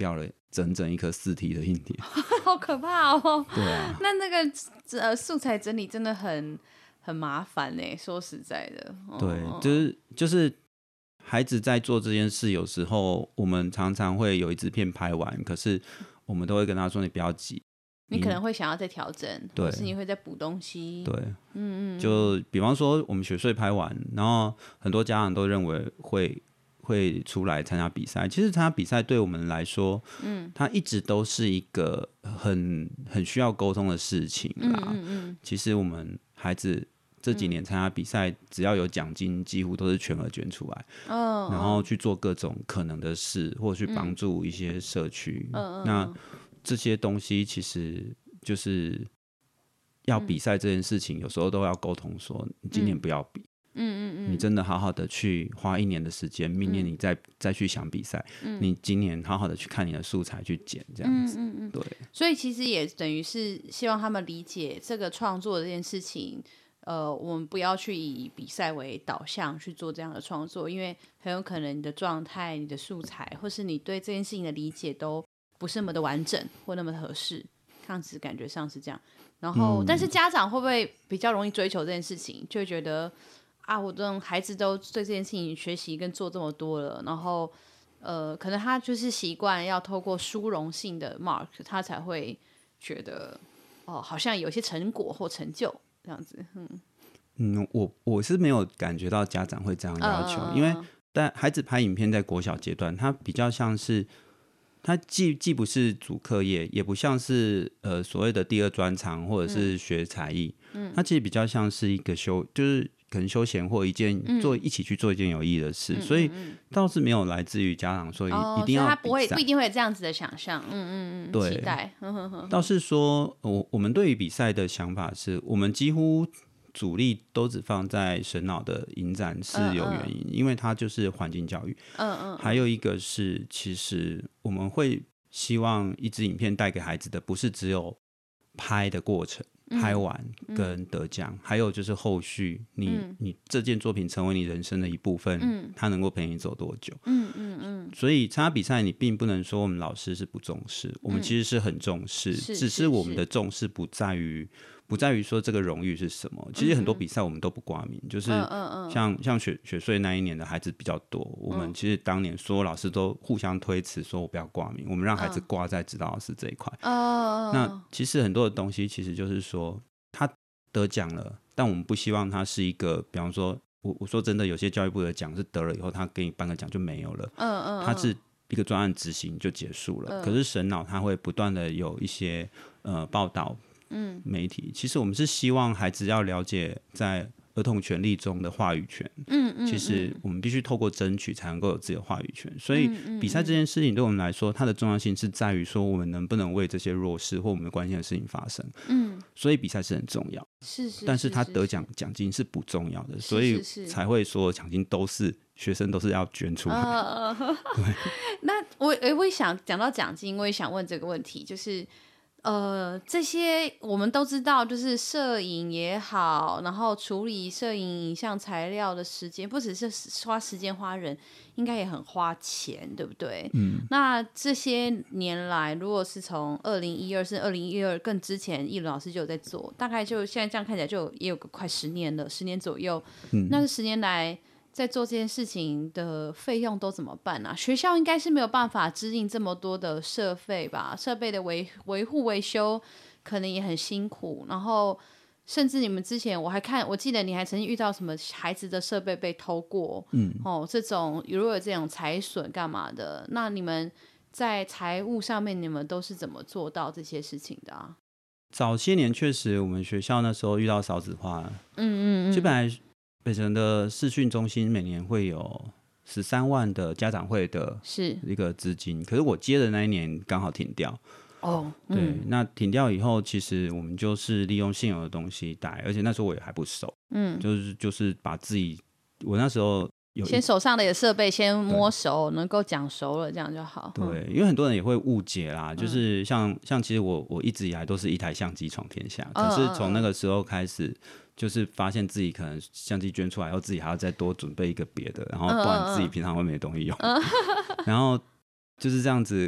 整整一颗四 T 的硬碟， 好可怕哦。 对啊， 那那个呃素材整理真的很很麻烦呢，说实在的。 对， 哦、 就是就是孩子在做这件事，有时候我们常常会有一支片拍完，可是我们都会跟他说：“你不要急。” 你可能会想要再调整， 对， 或是你会再补东西。 对， 嗯嗯， 就比方说我们学岁拍完，然后很多家长都认为会会出来参加比赛。其实参加比赛对我们来说，嗯，它一直都是一个很很需要沟通的事情啦。嗯嗯嗯，其实我们孩子这几年参加比赛，嗯、只要有奖金，几乎都是全额捐出来，哦，然后去做各种可能的事，或者去帮助一些社区。嗯、那这些东西其实就是要比赛这件事情，有时候都要沟通说，你今年不要比，嗯嗯嗯，你真的好好的去花一年的时间，明年你再、嗯、再去想比赛，嗯，你今年好好的去看你的素材去剪，这样子，嗯嗯嗯，对。 所以其实也等于是希望他们理解这个创作这件事情。呃，我们不要去以比赛为导向去做这样的创作，因为很有可能你的状态、你的素材，或是你对这件事情的理解都不是那么的完整或那么的合适，看似感觉上是这样。然后，嗯、但是家长会不会比较容易追求这件事情，就会觉得啊，我的孩子都对这件事情学习跟做这么多了，然后呃，可能他就是习惯要透过殊荣性的 mark， 他才会觉得哦，好像有些成果或成就。这样子，嗯嗯，我我是没有感觉到家长会这样要求，嗯、因为但孩子拍影片在国小阶段，他比较像是，他既既不是主课业，也不像是呃所谓的第二专长或者是学才艺，嗯，他其实比较像是一个休，就是可能休闲或一件做一起去做一件有意义的事，嗯、所以倒是没有来自于家长说一、哦、一定要比赛， 他不会不一定会有这样子的想象，嗯嗯嗯， 对， 期待。 倒是说，我我们对于比赛的想法是，我们几乎主力都只放在神脑的影展是有原因，嗯嗯因为它就是环境教育，嗯嗯，还有一个是，其实我们会希望一支影片带给孩子的，不是只有拍的过程。拍完跟得奖、嗯，还有就是后续你，你、嗯、你这件作品成为你人生的一部分，嗯、它能够陪你走多久？嗯嗯嗯。所以参加比赛，你并不能说我们老师是不重视，嗯、我们其实是很重视，是只是我们的重视不在于不在于说这个荣誉是什么。其实很多比赛我们都不挂名，嗯、就是像、嗯、像雪雪穗那一年的孩子比较多，我们其实当年所有老师都互相推辞，说我不要挂名，我们让孩子挂在指导老师这一块。嗯、那其实很多的东西，其实就是说。他得奖了，但我们不希望他是一个，比方说，我我说真的，有些教育部的奖是得了以后，他给你颁个奖就没有了，嗯嗯，他是一个专案执行就结束了。嗯、可是神脑他会不断的有一些呃报道，嗯，媒体，其实我们是希望孩子要了解在儿童权利中的话语权，嗯嗯，其实我们必须透过争取才能够有自己的话语权。所以比赛这件事情对我们来说，它的重要性是在于说我们能不能为这些弱势或我们关心的事情发声。嗯，所以比赛是很重要， 是是， 但是他得奖奖金是不重要的，所以才会说奖金都是学生都是要捐出来。呃、对， 那我我也想讲到奖金，我也想问这个问题，就是。呃，这些我们都知道，就是摄影也好，然后处理摄影影像材料的时间，不只是花时间花人，应该也很花钱，对不对？嗯。那这些年来，如果是从二零一二甚至二零一二更之前，艺伦老师就有在做，大概就现在这样看起来就也有个快十年了，十年左右。嗯。那这十年来。在做这件事情的费用都怎么办啊？学校应该是没有办法支应这么多的设备吧？设备的维维护维修可能也很辛苦，然后甚至你们之前我还看，我记得你还曾经遇到什么孩子的设备被偷过，嗯，哦，这种如果有这种财损干嘛的，那你们在财务上面你们都是怎么做到这些事情的啊？ 早些年确实我们学校那时候遇到少子化，嗯嗯嗯，就本来。北城的视讯中心每年会有十三万的家长会的一个资金，可是我接的那一年刚好停掉。哦，对，嗯、那停掉以后，其实我们就是利用现有的东西带，而且那时候我也还不熟，嗯，就是就是把自己，我那时候有先手上的设备先摸熟，能够讲熟了，这样就好。 对，嗯、因为很多人也会误解啦，就是像、嗯、像其实我我一直以来都是一台相机闯天下，可是从那个时候开始。就是发现自己可能相机捐出来后，自己还要再多准备一个别的，然后不然自己平常会没东西用，嗯嗯嗯然后就是这样子一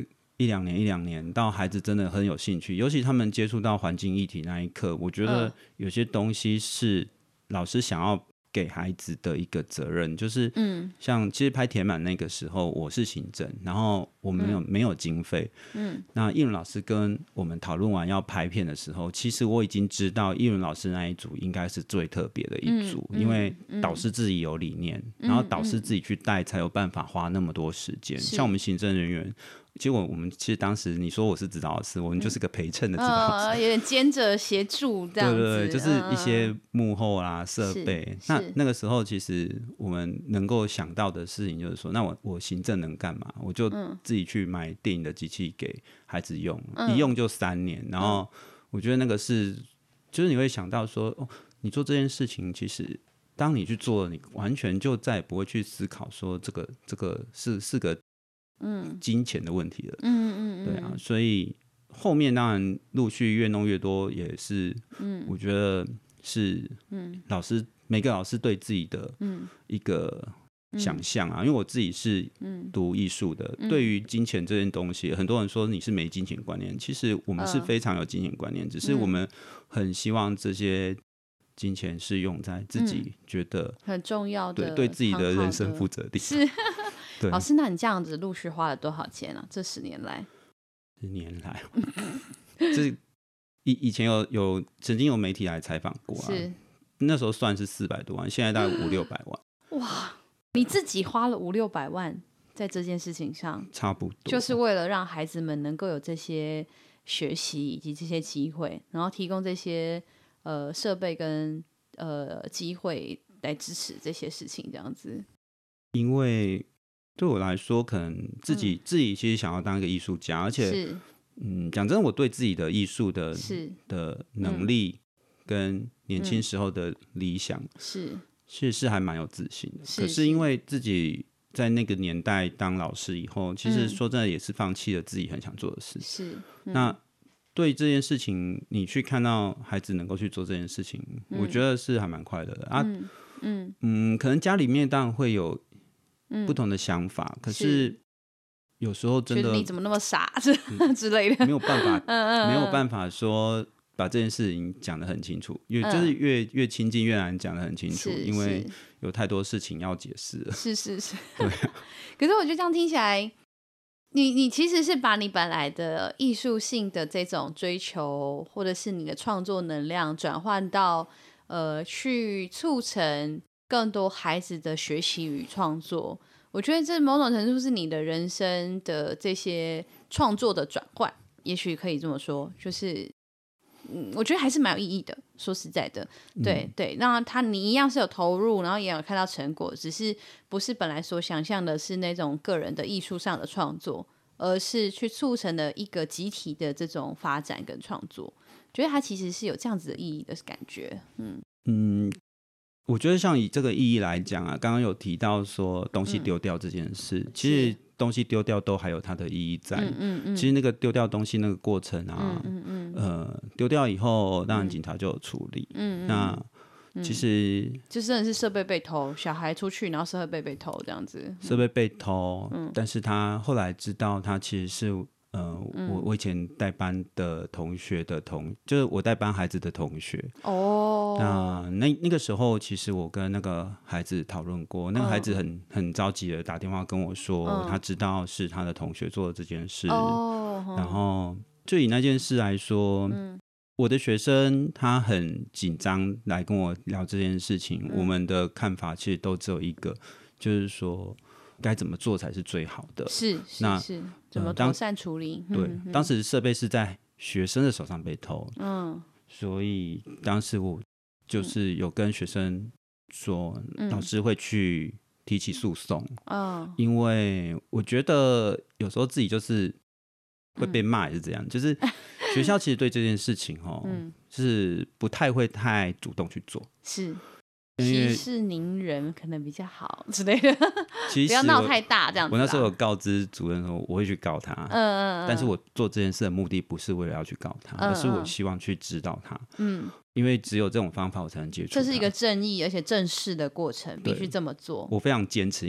一两年一两年，到孩子真的很有兴趣，尤其他们接触到环境议题那一刻，我觉得有些东西是老师想要给孩子的一个责任，就是像其实拍铁满那个时候我是行政，然后我们没有、嗯、没有经费，嗯，那艺伦老师跟我们讨论完要拍片的时候，其实我已经知道艺伦老师那一组应该是最特别的一组、嗯、因为导师自己有理念、嗯、然后导师自己去带才有办法花那么多时间、嗯、像我们行政人员结果我们其实当时你说我是指导老师，我们就是个陪衬的指导老师、 嗯呃、有点兼着协助这样子， 对对对，就是一些幕后啊设备。那那个时候其实我们能够想到的事情就是说，那我我行政能干嘛？我就自己去买电影的机器给孩子用，嗯、一用就三年。然后我觉得那个是，就是你会想到说，哦，你做这件事情，其实当你去做了，你完全就再也不会去思考说这个这个是是个。嗯，金钱的问题了，嗯嗯嗯，对啊，所以后面当然陆续越弄越多，也是，嗯，我觉得是，嗯，老师每个老师对自己的一个想象啊、嗯，因为我自己是读艺术的、嗯，对于金钱这件东西，很多人说你是没金钱观念，其实我们是非常有金钱观念，呃、只是我们很希望这些金钱是用在自己觉得很重要的， 对对自己的人生负责的地方。 是。老师，那你这样子陆续花了多少钱啊？这十年来， 十年来，这以以前有有曾经有媒体来采访过啊，是那时候算是四百多万，现在大概五六百万。 哇，你自己花了五六百万在这件事情上， 差不多， 就是为了让孩子们能够有这些学习以及这些机会，然后提供这些呃设备跟呃机会来支持这些事情，这样子， 因为。对我来说，可能自己、嗯、自己其实想要当一个艺术家，而且，嗯，讲真的，我对自己的艺术的的能力跟年轻时候的理想，是其实是还蛮有自信的。是可是因为自己在那个年代当老师以后，其实说真的也是放弃了自己很想做的事。是、嗯，那对这件事情，你去看到孩子能够去做这件事情，嗯、我觉得是还蛮快乐的啊。嗯 嗯, 嗯，可能家里面当然会有。不同的想法、嗯、可是有时候真的觉得你怎么那么傻、嗯、之类的， 没有办法嗯嗯嗯没有办法说把这件事情讲得很清楚，因为就是越、嗯、越亲近越难讲得很清楚，因为有太多事情要解释了。 是是是，对、啊。可是我觉得这样听起来，你你其实是把你本来的艺术性的这种追求，或者是你的创作能量，转换到呃去促成更多孩子的学习与创作。我觉得这某种程度是你的人生的这些创作的转换，也许可以这么说，就是嗯，我觉得还是蛮有意义的，说实在的，对、嗯、对，那他你一样是有投入，然后也有看到成果，只是不是本来所想象的是那种个人的艺术上的创作，而是去促成了一个集体的这种发展跟创作，觉得它其实是有这样子的意义的感觉。嗯嗯，我觉得像以这个意义来讲啊，刚刚有提到说东西丢掉这件事、嗯、其实东西丢掉都还有它的意义在。嗯嗯嗯，其实那个丢掉东西那个过程啊，嗯嗯嗯呃，丢掉以后当然警察就有处理。嗯嗯，那其实、嗯、 就真的是设备被偷，小孩出去然后设备被偷这样子， 设备被偷、嗯、但是他后来知道他其实是呃，嗯、我我以前带班的同学的同，就是我带班孩子的同学。哦，那那那个时候，其实我跟那个孩子讨论过，那个孩子很、嗯、很着急的打电话跟我说、嗯，他知道是他的同学做的这件事。哦，然后就以那件事来说，嗯、我的学生他很紧张来跟我聊这件事情、嗯，我们的看法其实都只有一个，就是说该怎么做才是最好的。 是是那是。怎么妥善处理、 呃、对、嗯、当时设备是在学生的手上被偷，嗯，所以当时我就是有跟学生说、嗯、老师会去提起诉讼、嗯、因为我觉得有时候自己就是会被骂也是这样、嗯、就是学校其实对这件事情哦、嗯，是不太会太主动去做， 是息事宁人可能比较好之类的，其实不要闹太大这样子。 我那时候有告知主任说我会去告他，嗯嗯嗯，但是我做这件事的目的不是为了要去告他，嗯嗯，而是我希望去指导他，嗯，因为只有这种方法我才能接触他。 这是一个正义而且正式的过程，必须这么做。 我非常坚持，因为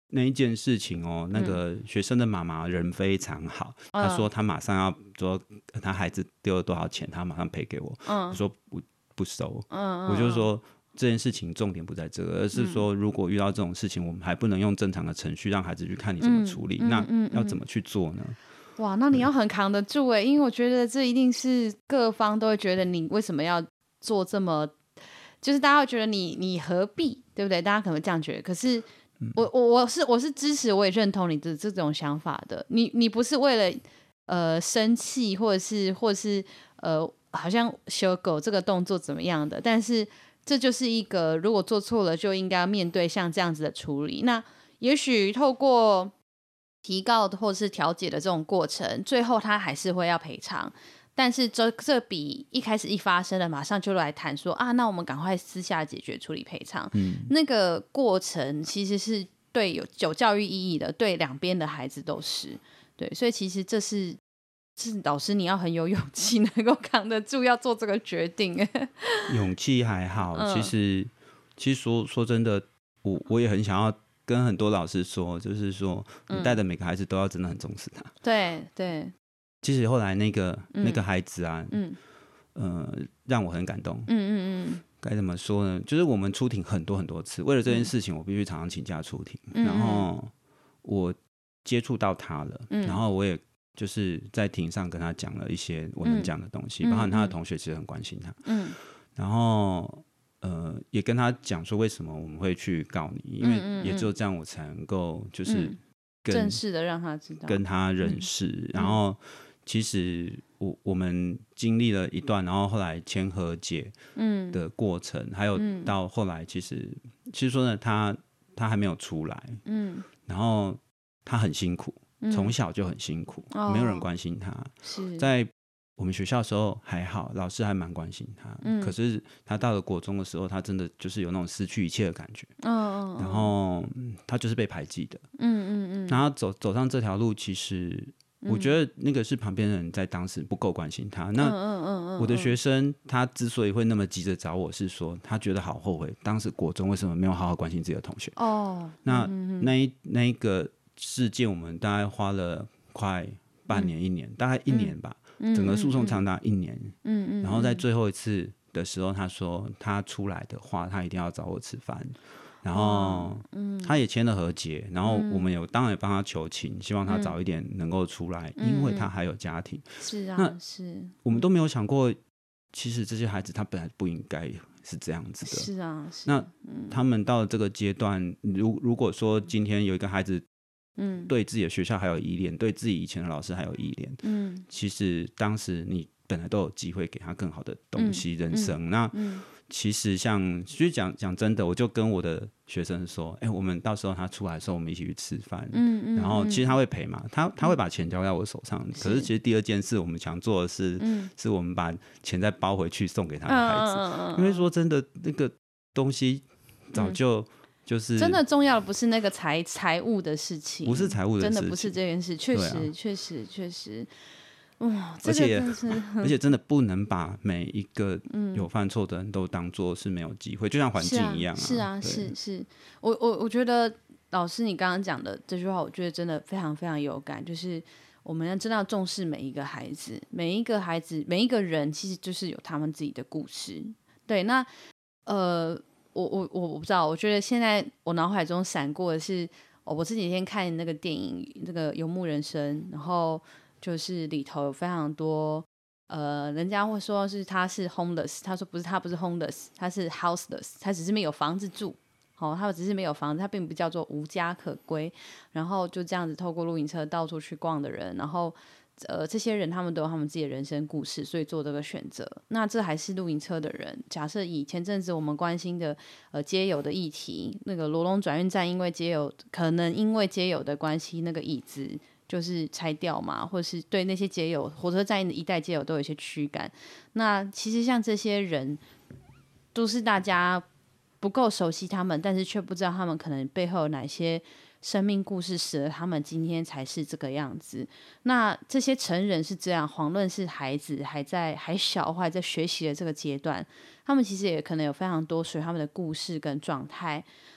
那一件事情哦，那个学生的妈妈人非常好，嗯、她说她马上要说她孩子丢了多少钱，她马上赔给我。嗯、我说不不收，嗯、我就说这件事情重点不在这个，而是说如果遇到这种事情，我们还不能用正常的程序让孩子去看你怎么处理，嗯、那要怎么去做呢？ 哇，那你要很扛得住哎，因为我觉得这一定是各方都会觉得你为什么要做这么，就是大家会觉得你你何必，对不对？大家可能会这样觉得，可是。我我我是我是支持，我也认同你的这种想法的。你你不是为了呃生气，或者是或者是呃好像修狗这个动作怎么样的，但是这就是一个如果做错了就应该面对像这样子的处理。那也许透过提告或者是调解的这种过程，最后他还是会要赔偿。但是这这比一开始一发生了，马上就来谈说啊，那我们赶快私下解决处理赔偿。嗯，那个过程其实是对有有教育意义的，对两边的孩子都是对，所以其实这是是老师你要很有勇气，能够扛得住要做这个决定。 勇气还好，嗯、其实其实说说真的，我我也很想要跟很多老师说，就是说你带的每个孩子都要真的很重视他。 嗯、对对。 其实后来那个、嗯、那个孩子啊，嗯，呃，让我很感动。嗯嗯嗯，该怎么说呢？就是我们出庭很多很多次，为了这件事情，我必须常常请假出庭。嗯、然后我接触到他了，嗯、然后我也就是在庭上跟他讲了一些我能讲的东西，嗯、包含他的同学其实很关心他。嗯，然后呃，也跟他讲说为什么我们会去告你，因为也只有这样我才能够就是跟正式的让他知道， 跟他认识，嗯、然后。其实我我们经历了一段，然后后来签和解的过程，嗯、还有到后来，其实、嗯、其实说呢，他他还没有出来，嗯，然后他很辛苦，从、嗯、小就很辛苦，哦、没有人关心他。是在我们学校的时候还好，老师还蛮关心他，嗯、可是他到了国中的时候，他真的就是有那种失去一切的感觉，哦、然后他就是被排挤的，嗯嗯嗯，然后走走上这条路，其实。我觉得那个是旁边人在当时不够关心他。那我的学生他之所以会那么急着找我，是说他觉得好后悔，当时国中为什么没有好好关心自己的同学。哦，那那一那一个事件，我们大概花了快半年一年，大概一年吧，整个诉讼长达一年。嗯嗯，然后在最后一次的时候，他说他出来的话，他一定要找我吃饭。然后，嗯，他也签了和解，然后我们有、嗯、当然也帮他求情，希望他早一点能够出来，嗯、因为他还有家庭。 是啊，那是我们都没有想过，其实这些孩子他本来不应该是这样子的。 是啊，是那、嗯、他们到了这个阶段，如如果说今天有一个孩子，嗯，对自己的学校还有依恋，对自己以前的老师还有依恋，嗯，其实当时你本来都有机会给他更好的东西，嗯、人生、嗯、那。嗯其实像，其实讲讲真的，我就跟我的学生说，哎、欸，我们到时候他出来的时候，我们一起去吃饭。嗯嗯。然后其实他会赔嘛，他他会把钱交在我手上。嗯、可是其实第二件事，我们想做的是，嗯、是我们把钱再包回去送给他的孩子。嗯嗯嗯、因为说真的，那个东西早就就是、 嗯、真的重要的不是那个财财务的事情， 不是财务的事情， 真的不是这件事，确实确实确实。哇， 而且、 这个、 而且真的不能把每一个有犯错的人都当作是没有机会，嗯、就像环境一样啊。 是啊，是啊是是，我我我觉得老师你刚刚讲的这句话，我觉得真的非常非常有感，就是我们要真的要重视每一个孩子，每一个孩子，每一个人，其实就是有他们自己的故事。对，那呃，我我我我不知道，我觉得现在我脑海中闪过的是，哦、我这几天看那个电影，那个《游牧人生》，然后。就是里头有非常多，呃，人家会说是他是 homeless， 他说不是，他不是 homeless， 他是 houseless， 他只是没有房子住，哦，他只是没有房子，他并不叫做无家可归。然后就这样子透过露营车到处去逛的人，然后呃，这些人他们都有他们自己的人生故事，所以做这个选择。那这还是露营车的人。假设以前阵子我们关心的呃街友的议题，那个罗龙转运站因为街友可能因为街友的关系，那个椅子。就是拆掉嘛，或者是对那些街友火车站一带街友都有一些驱赶。那其实像这些人都是大家不够熟悉他们，但是却不知道他们可能背后有哪些生命故事使得他们今天才是这个样子。那这些成人是这样，遑论是孩子还在还小或还在学习的这个阶段，他们其实也可能有非常多属于他们的故事跟状态。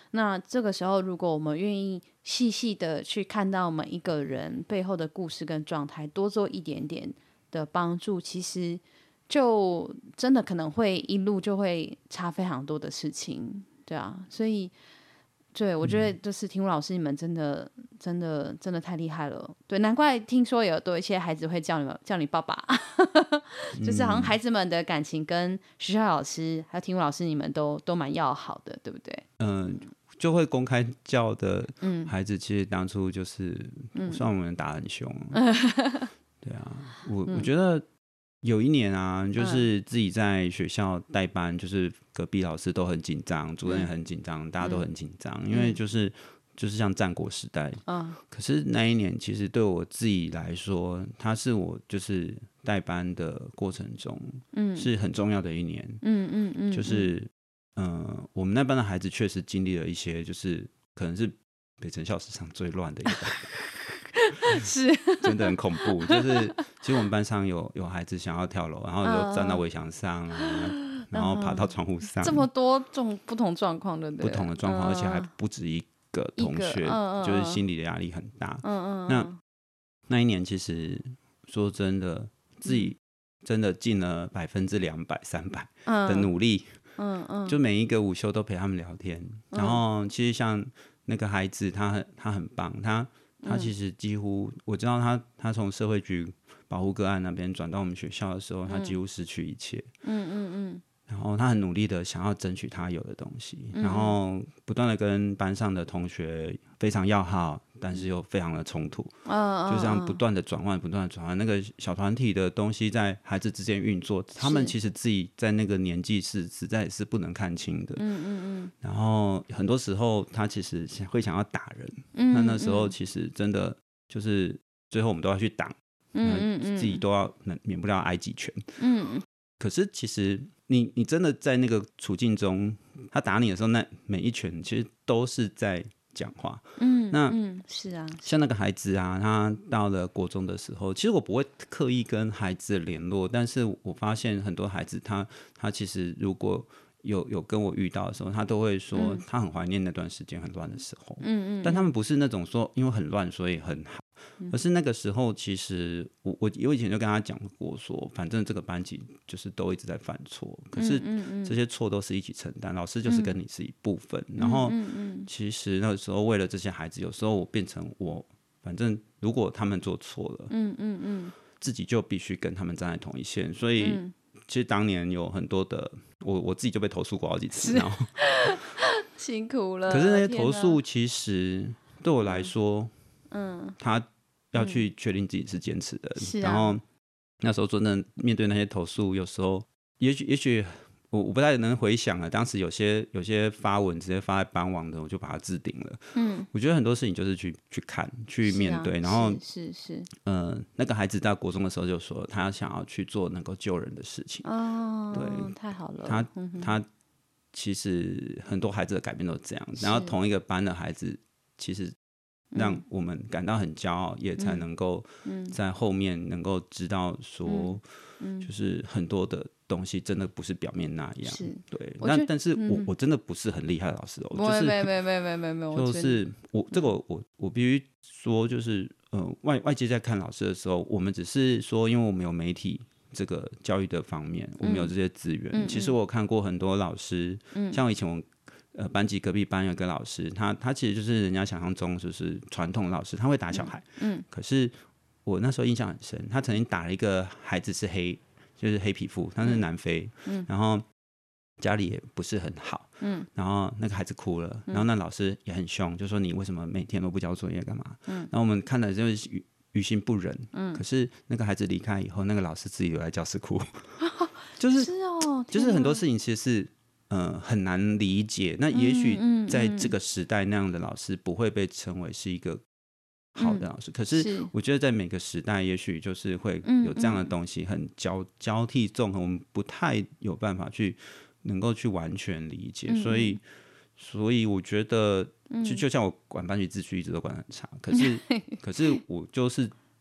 那这个时候，如果我们愿意细细的去看到每一个人背后的故事跟状态，多做一点点的帮助，其实就真的可能会一路就会差非常多的事情，对啊，所以对我觉得就是庭儒老师你们真的真的真的太厉害了，对，难怪听说有多一些孩子会叫你们叫你爸爸，就是好像孩子们的感情跟学校老师还有庭儒老师你们都都蛮要好的，对不对？ 嗯，就会公开叫的孩子，其实当初就是算我们打很凶，嗯、对啊，我、嗯、我觉得有一年啊，就是自己在学校带班，就是隔壁老师都很紧张，主任也很紧张，大家都很紧张，因为就是就是像战国时代。嗯，可是那一年其实对我自己来说，它是我就是带班的过程中，嗯，是很重要的一年。嗯嗯嗯，就是嗯、呃，我们那班的孩子确实经历了一些，就是可能是北城校史上最乱的一班。 是真的很恐怖，就是其实我们班上有有孩子想要跳楼，然后就站到围墙上啊，然后爬到窗户上， 这么多种不同状况的， 不同的状况，而且还不止一个同学，就是心理的压力很大。嗯嗯，那那一年其实说真的，自己真的尽了百分之两百、三百的努力。嗯嗯，就每一个午休都陪他们聊天，然后其实像那个孩子，他很他很棒，他。他其实几乎，我知道他他从社会局保护个案那边转到我们学校的时候，他几乎失去一切。嗯嗯嗯。然后他很努力的想要争取他有的东西，嗯、然后不断的跟班上的同学非常要好，但是又非常的冲突。嗯、就这样不断的转换，不断的转换。那个小团体的东西在孩子之间运作，他们其实自己在那个年纪是实在是不能看清的。嗯嗯嗯。然后很多时候他其实会想要打人，嗯、那那时候其实真的就是最后我们都要去挡，嗯嗯嗯，自己都要免不了挨几拳。嗯。可是其实你你真的在那个处境中，他打你的时候，那每一拳其实都是在讲话。嗯，那嗯是啊， 像那个孩子啊，他到了国中的时候，其实我不会刻意跟孩子联络，但是我发现很多孩子他他其实如果有有跟我遇到的时候，他都会说他很怀念那段时间很乱的时候。嗯嗯，但他们不是那种说因为很乱所以很好。而是那个时候，其实我我我以前就跟他讲过说，反正这个班级就是都一直在犯错，可是这些错都是一起承担，老师就是跟你是一部分。然后，其实那个时候为了这些孩子，有时候我变成我，反正如果他们做错了，嗯嗯嗯，自己就必须跟他们站在同一线。所以，其实当年有很多的，我我自己就被投诉过好几次，然后辛苦了。 可是那些投诉其实对我来说，嗯，他要去确定自己是坚持的、嗯啊、然后那时候真的面对那些投诉，有时候也许也许我我不太能回想了，当时有些有些发文直接发在班网的，我就把它置顶了。嗯，我觉得很多事情就是去去看去面对、啊、然后是是是呃，那个孩子在国中的时候就说他想要去做能够救人的事情。 哦， 对， 太好了。 他、嗯、他其实很多孩子的改变都是这样，然后同一个班的孩子其实让我们感到很骄傲、嗯、也才能够在后面能够知道说、嗯、就是很多的东西真的不是表面那样。是，对，但但是我、嗯、我真的不是很厉害的老师哦，就是没没没没没没就是我这个我我必须说，就是呃外外界在看老师的时候，我们只是说，因为我们有媒体这个教育的方面，我们有这些资源、嗯。其实我有看过很多老师，嗯、像我以前我。呃，班级隔壁班有个老师，他他其实就是人家想象中就是传统老师，他会打小孩。嗯，嗯可是我那时候印象很深，他曾经打了一个孩子是黑，就是黑皮肤，他是南非，嗯，然后家里也不是很好，嗯，然后那个孩子哭了，然后那老师也很凶，就说你为什么每天都不交作业干嘛？嗯，然后我们看了就是于于心不忍，嗯，可是那个孩子离开以后，那个老师自己留在教室哭，就是是哦， 就是很多事情其实是。呃，很难理解。那也许在这个时代，那样的老师不会被称为是一个好的老师。嗯、可是我觉得在每个时代，也许就是会有这样的东西，很交交替综合，我们不太有办法去能够去完全理解。嗯、所以，所以我觉得，就就像我管班级秩序一直都管得很差，可是可是我就是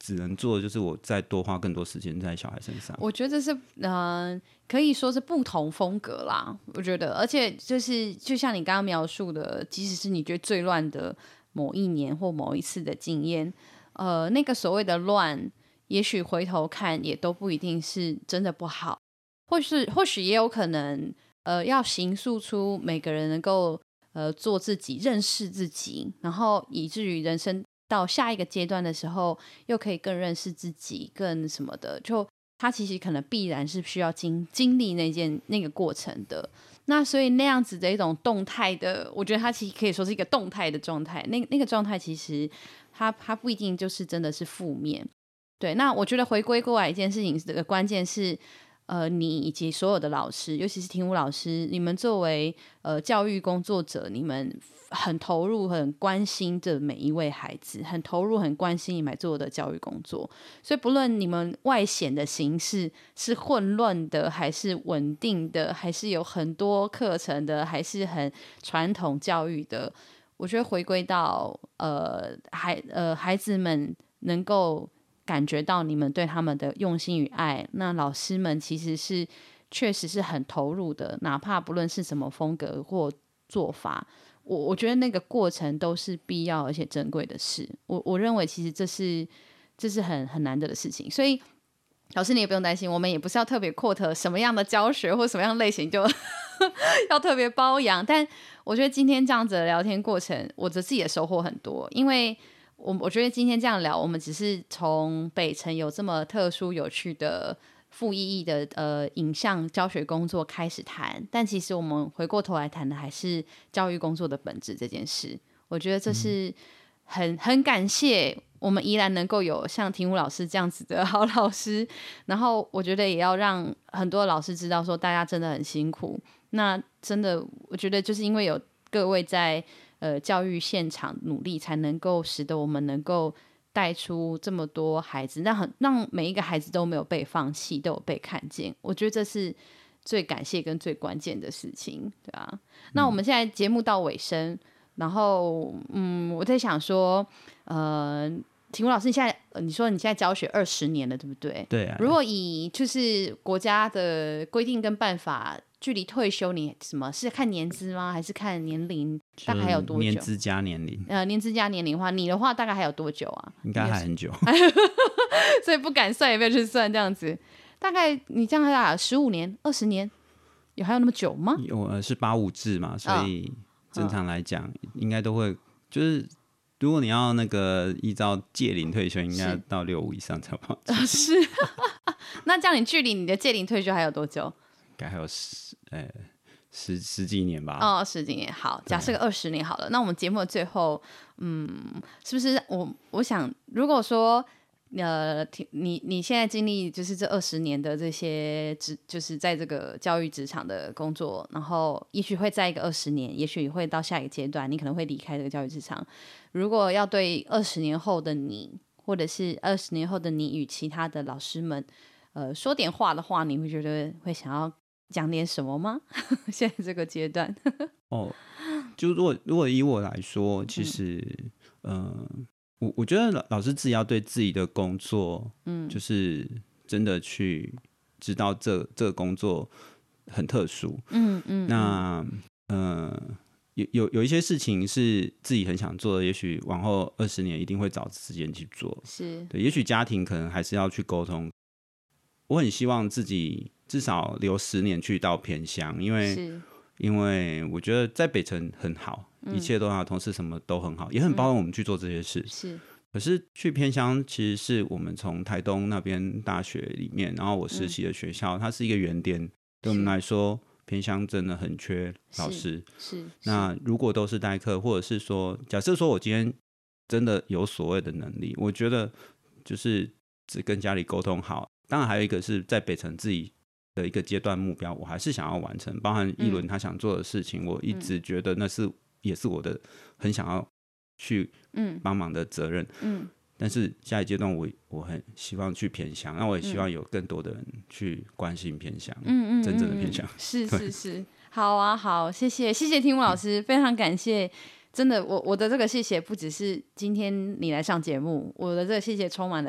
只能做的就是我再多花更多时间在小孩身上。 我觉得这是嗯、呃，可以说是不同风格啦。我觉得，而且就是就像你刚刚描述的，即使是你觉得最乱的某一年或某一次的经验，呃，那个所谓的乱，也许回头看也都不一定是真的不好，或是或许也有可能，呃，要形塑出每个人能够呃做自己、认识自己，然后以至于人生到下一个阶段的时候，又可以更认识自己，更什么的，就他其实可能必然是需要经经历那件那个过程的。那所以那样子的一种动态的，我觉得它其实可以说是一个动态的状态。那那个状态其实它它不一定就是真的是负面。对，那我觉得回归过来一件事情的关键是，呃，你以及所有的老师，尤其是庭武老师，你们作为呃教育工作者，你们很投入、很关心着每一位孩子，很投入、很关心你们做的教育工作。所以，不论你们外显的形式是混乱的，还是稳定的，还是有很多课程的，还是很传统教育的，我觉得回归到呃孩呃孩子们能够感觉到你们对他们的用心与爱，那老师们其实是确实是很投入的，哪怕不论是什么风格或做法，我我觉得那个过程都是必要而且珍贵的事。我我认为其实这是这是很很难得的事情，所以老师你也不用担心，我们也不是要特别 quote 什么样的教学或什么样的类型就要特别包养，但我觉得今天这样子的聊天过程，我自己也收获很多，因为我我觉得今天这样聊，我们只是从北城有这么特殊有趣的负意义的呃影像教学工作开始谈，但其实我们回过头来谈的还是教育工作的本质这件事。我觉得这是很很感谢我们依然能够有像庭武老师这样子的好老师，然后我觉得也要让很多老师知道说大家真的很辛苦。那真的我觉得就是因为有各位在呃教育现场努力，才能够使得我们能够带出这么多孩子，让很让每一个孩子都没有被放弃，都有被看见。我觉得这是最感谢跟最关键的事情，对啊。嗯、那我们现在节目到尾声，然后嗯，我在想说，呃，庭武老师，你现在、呃、你说你现在教学二十年了，对不对？ 对啊。 如果以就是国家的规定跟办法，距离退休你什么是看年资吗？还是看年龄？大概还有多久？ 年资加年龄。 呃，年资加年龄的话，你的话大概还有多久啊？ 应该还很久。 所以不敢算，也没有去算这样子。大概你这样大十五年、二十年，有还有那么久吗？ 有呃是八五制嘛，所以正常来讲、嗯、应该都会就是。如果你要那个依照届龄退休，应该到六五以上才好。 是，那这样你距离你的届龄退休还有多久？ 应该还有十呃十十几年吧。 哦，十几年。好，假设个二十年好了。那我们节目的最后，嗯，是不是我我想，如果说呃，你你现在经历就是这二十年的这些职，就是在这个教育职场的工作，然后也许会在一个二十年，也许会到下一个阶段，你可能会离开这个教育职场。如果要对二十年后的你，或者是二十年后的你与其他的老师们，呃，说点话的话，你会觉得会想要讲点什么吗？现在这个阶段， 哦，就如果如果以我来说，其实，嗯。呃我我觉得老师自己要对自己的工作，嗯，就是真的去知道这这个工作很特殊，嗯嗯，那呃有有有一些事情是自己很想做的，也许往后二十年一定会找时间去做， 是对，也许家庭可能还是要去沟通。我很希望自己至少留十年去到偏乡，因为因为我觉得在北城很好。一切都好，同事什么都很好，也很包容我们去做这些事。 嗯、是， 可是去偏乡其实是我们从台东那边大学里面，然后我实习的学校，嗯、它是一个原点，对我们来说，偏乡真的很缺老师。 是，是那如果都是代课，或者是说，假设说我今天真的有所谓的能力，我觉得就是只跟家里沟通好。当然还有一个是在北城自己的一个阶段目标，我还是想要完成，包含一轮他想做的事情，嗯、我一直觉得那是。也是我的很想要去帮忙的责任，嗯嗯、但是下一阶段我我很希望去偏乡，那我也希望有更多的人去关心偏乡，嗯嗯，真正的偏乡， 是是是，好啊好，谢谢谢谢庭武老师，嗯、非常感谢，真的我我的这个谢谢不只是今天你来上节目，我的这个谢谢充满了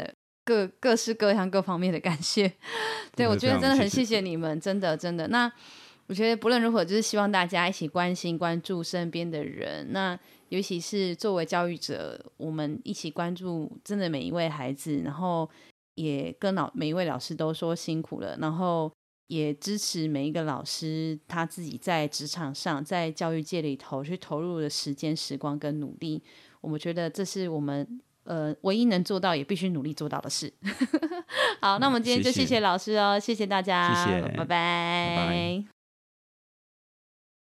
各各式各样各方面的感谢。对，我觉得真的很谢谢你们，真的真的。那我觉得不论如何，就是希望大家一起关心关注身边的人，那尤其是作为教育者，我们一起关注真的每一位孩子，然后也跟老每一位老师都说辛苦了，然后也支持每一个老师他自己在职场上在教育界里头去投入的时间时光跟努力。我们觉得这是我们呃唯一能做到也必须努力做到的事。好，那我们今天就谢谢老师哦，谢谢大家， 谢谢， 拜拜。 拜拜。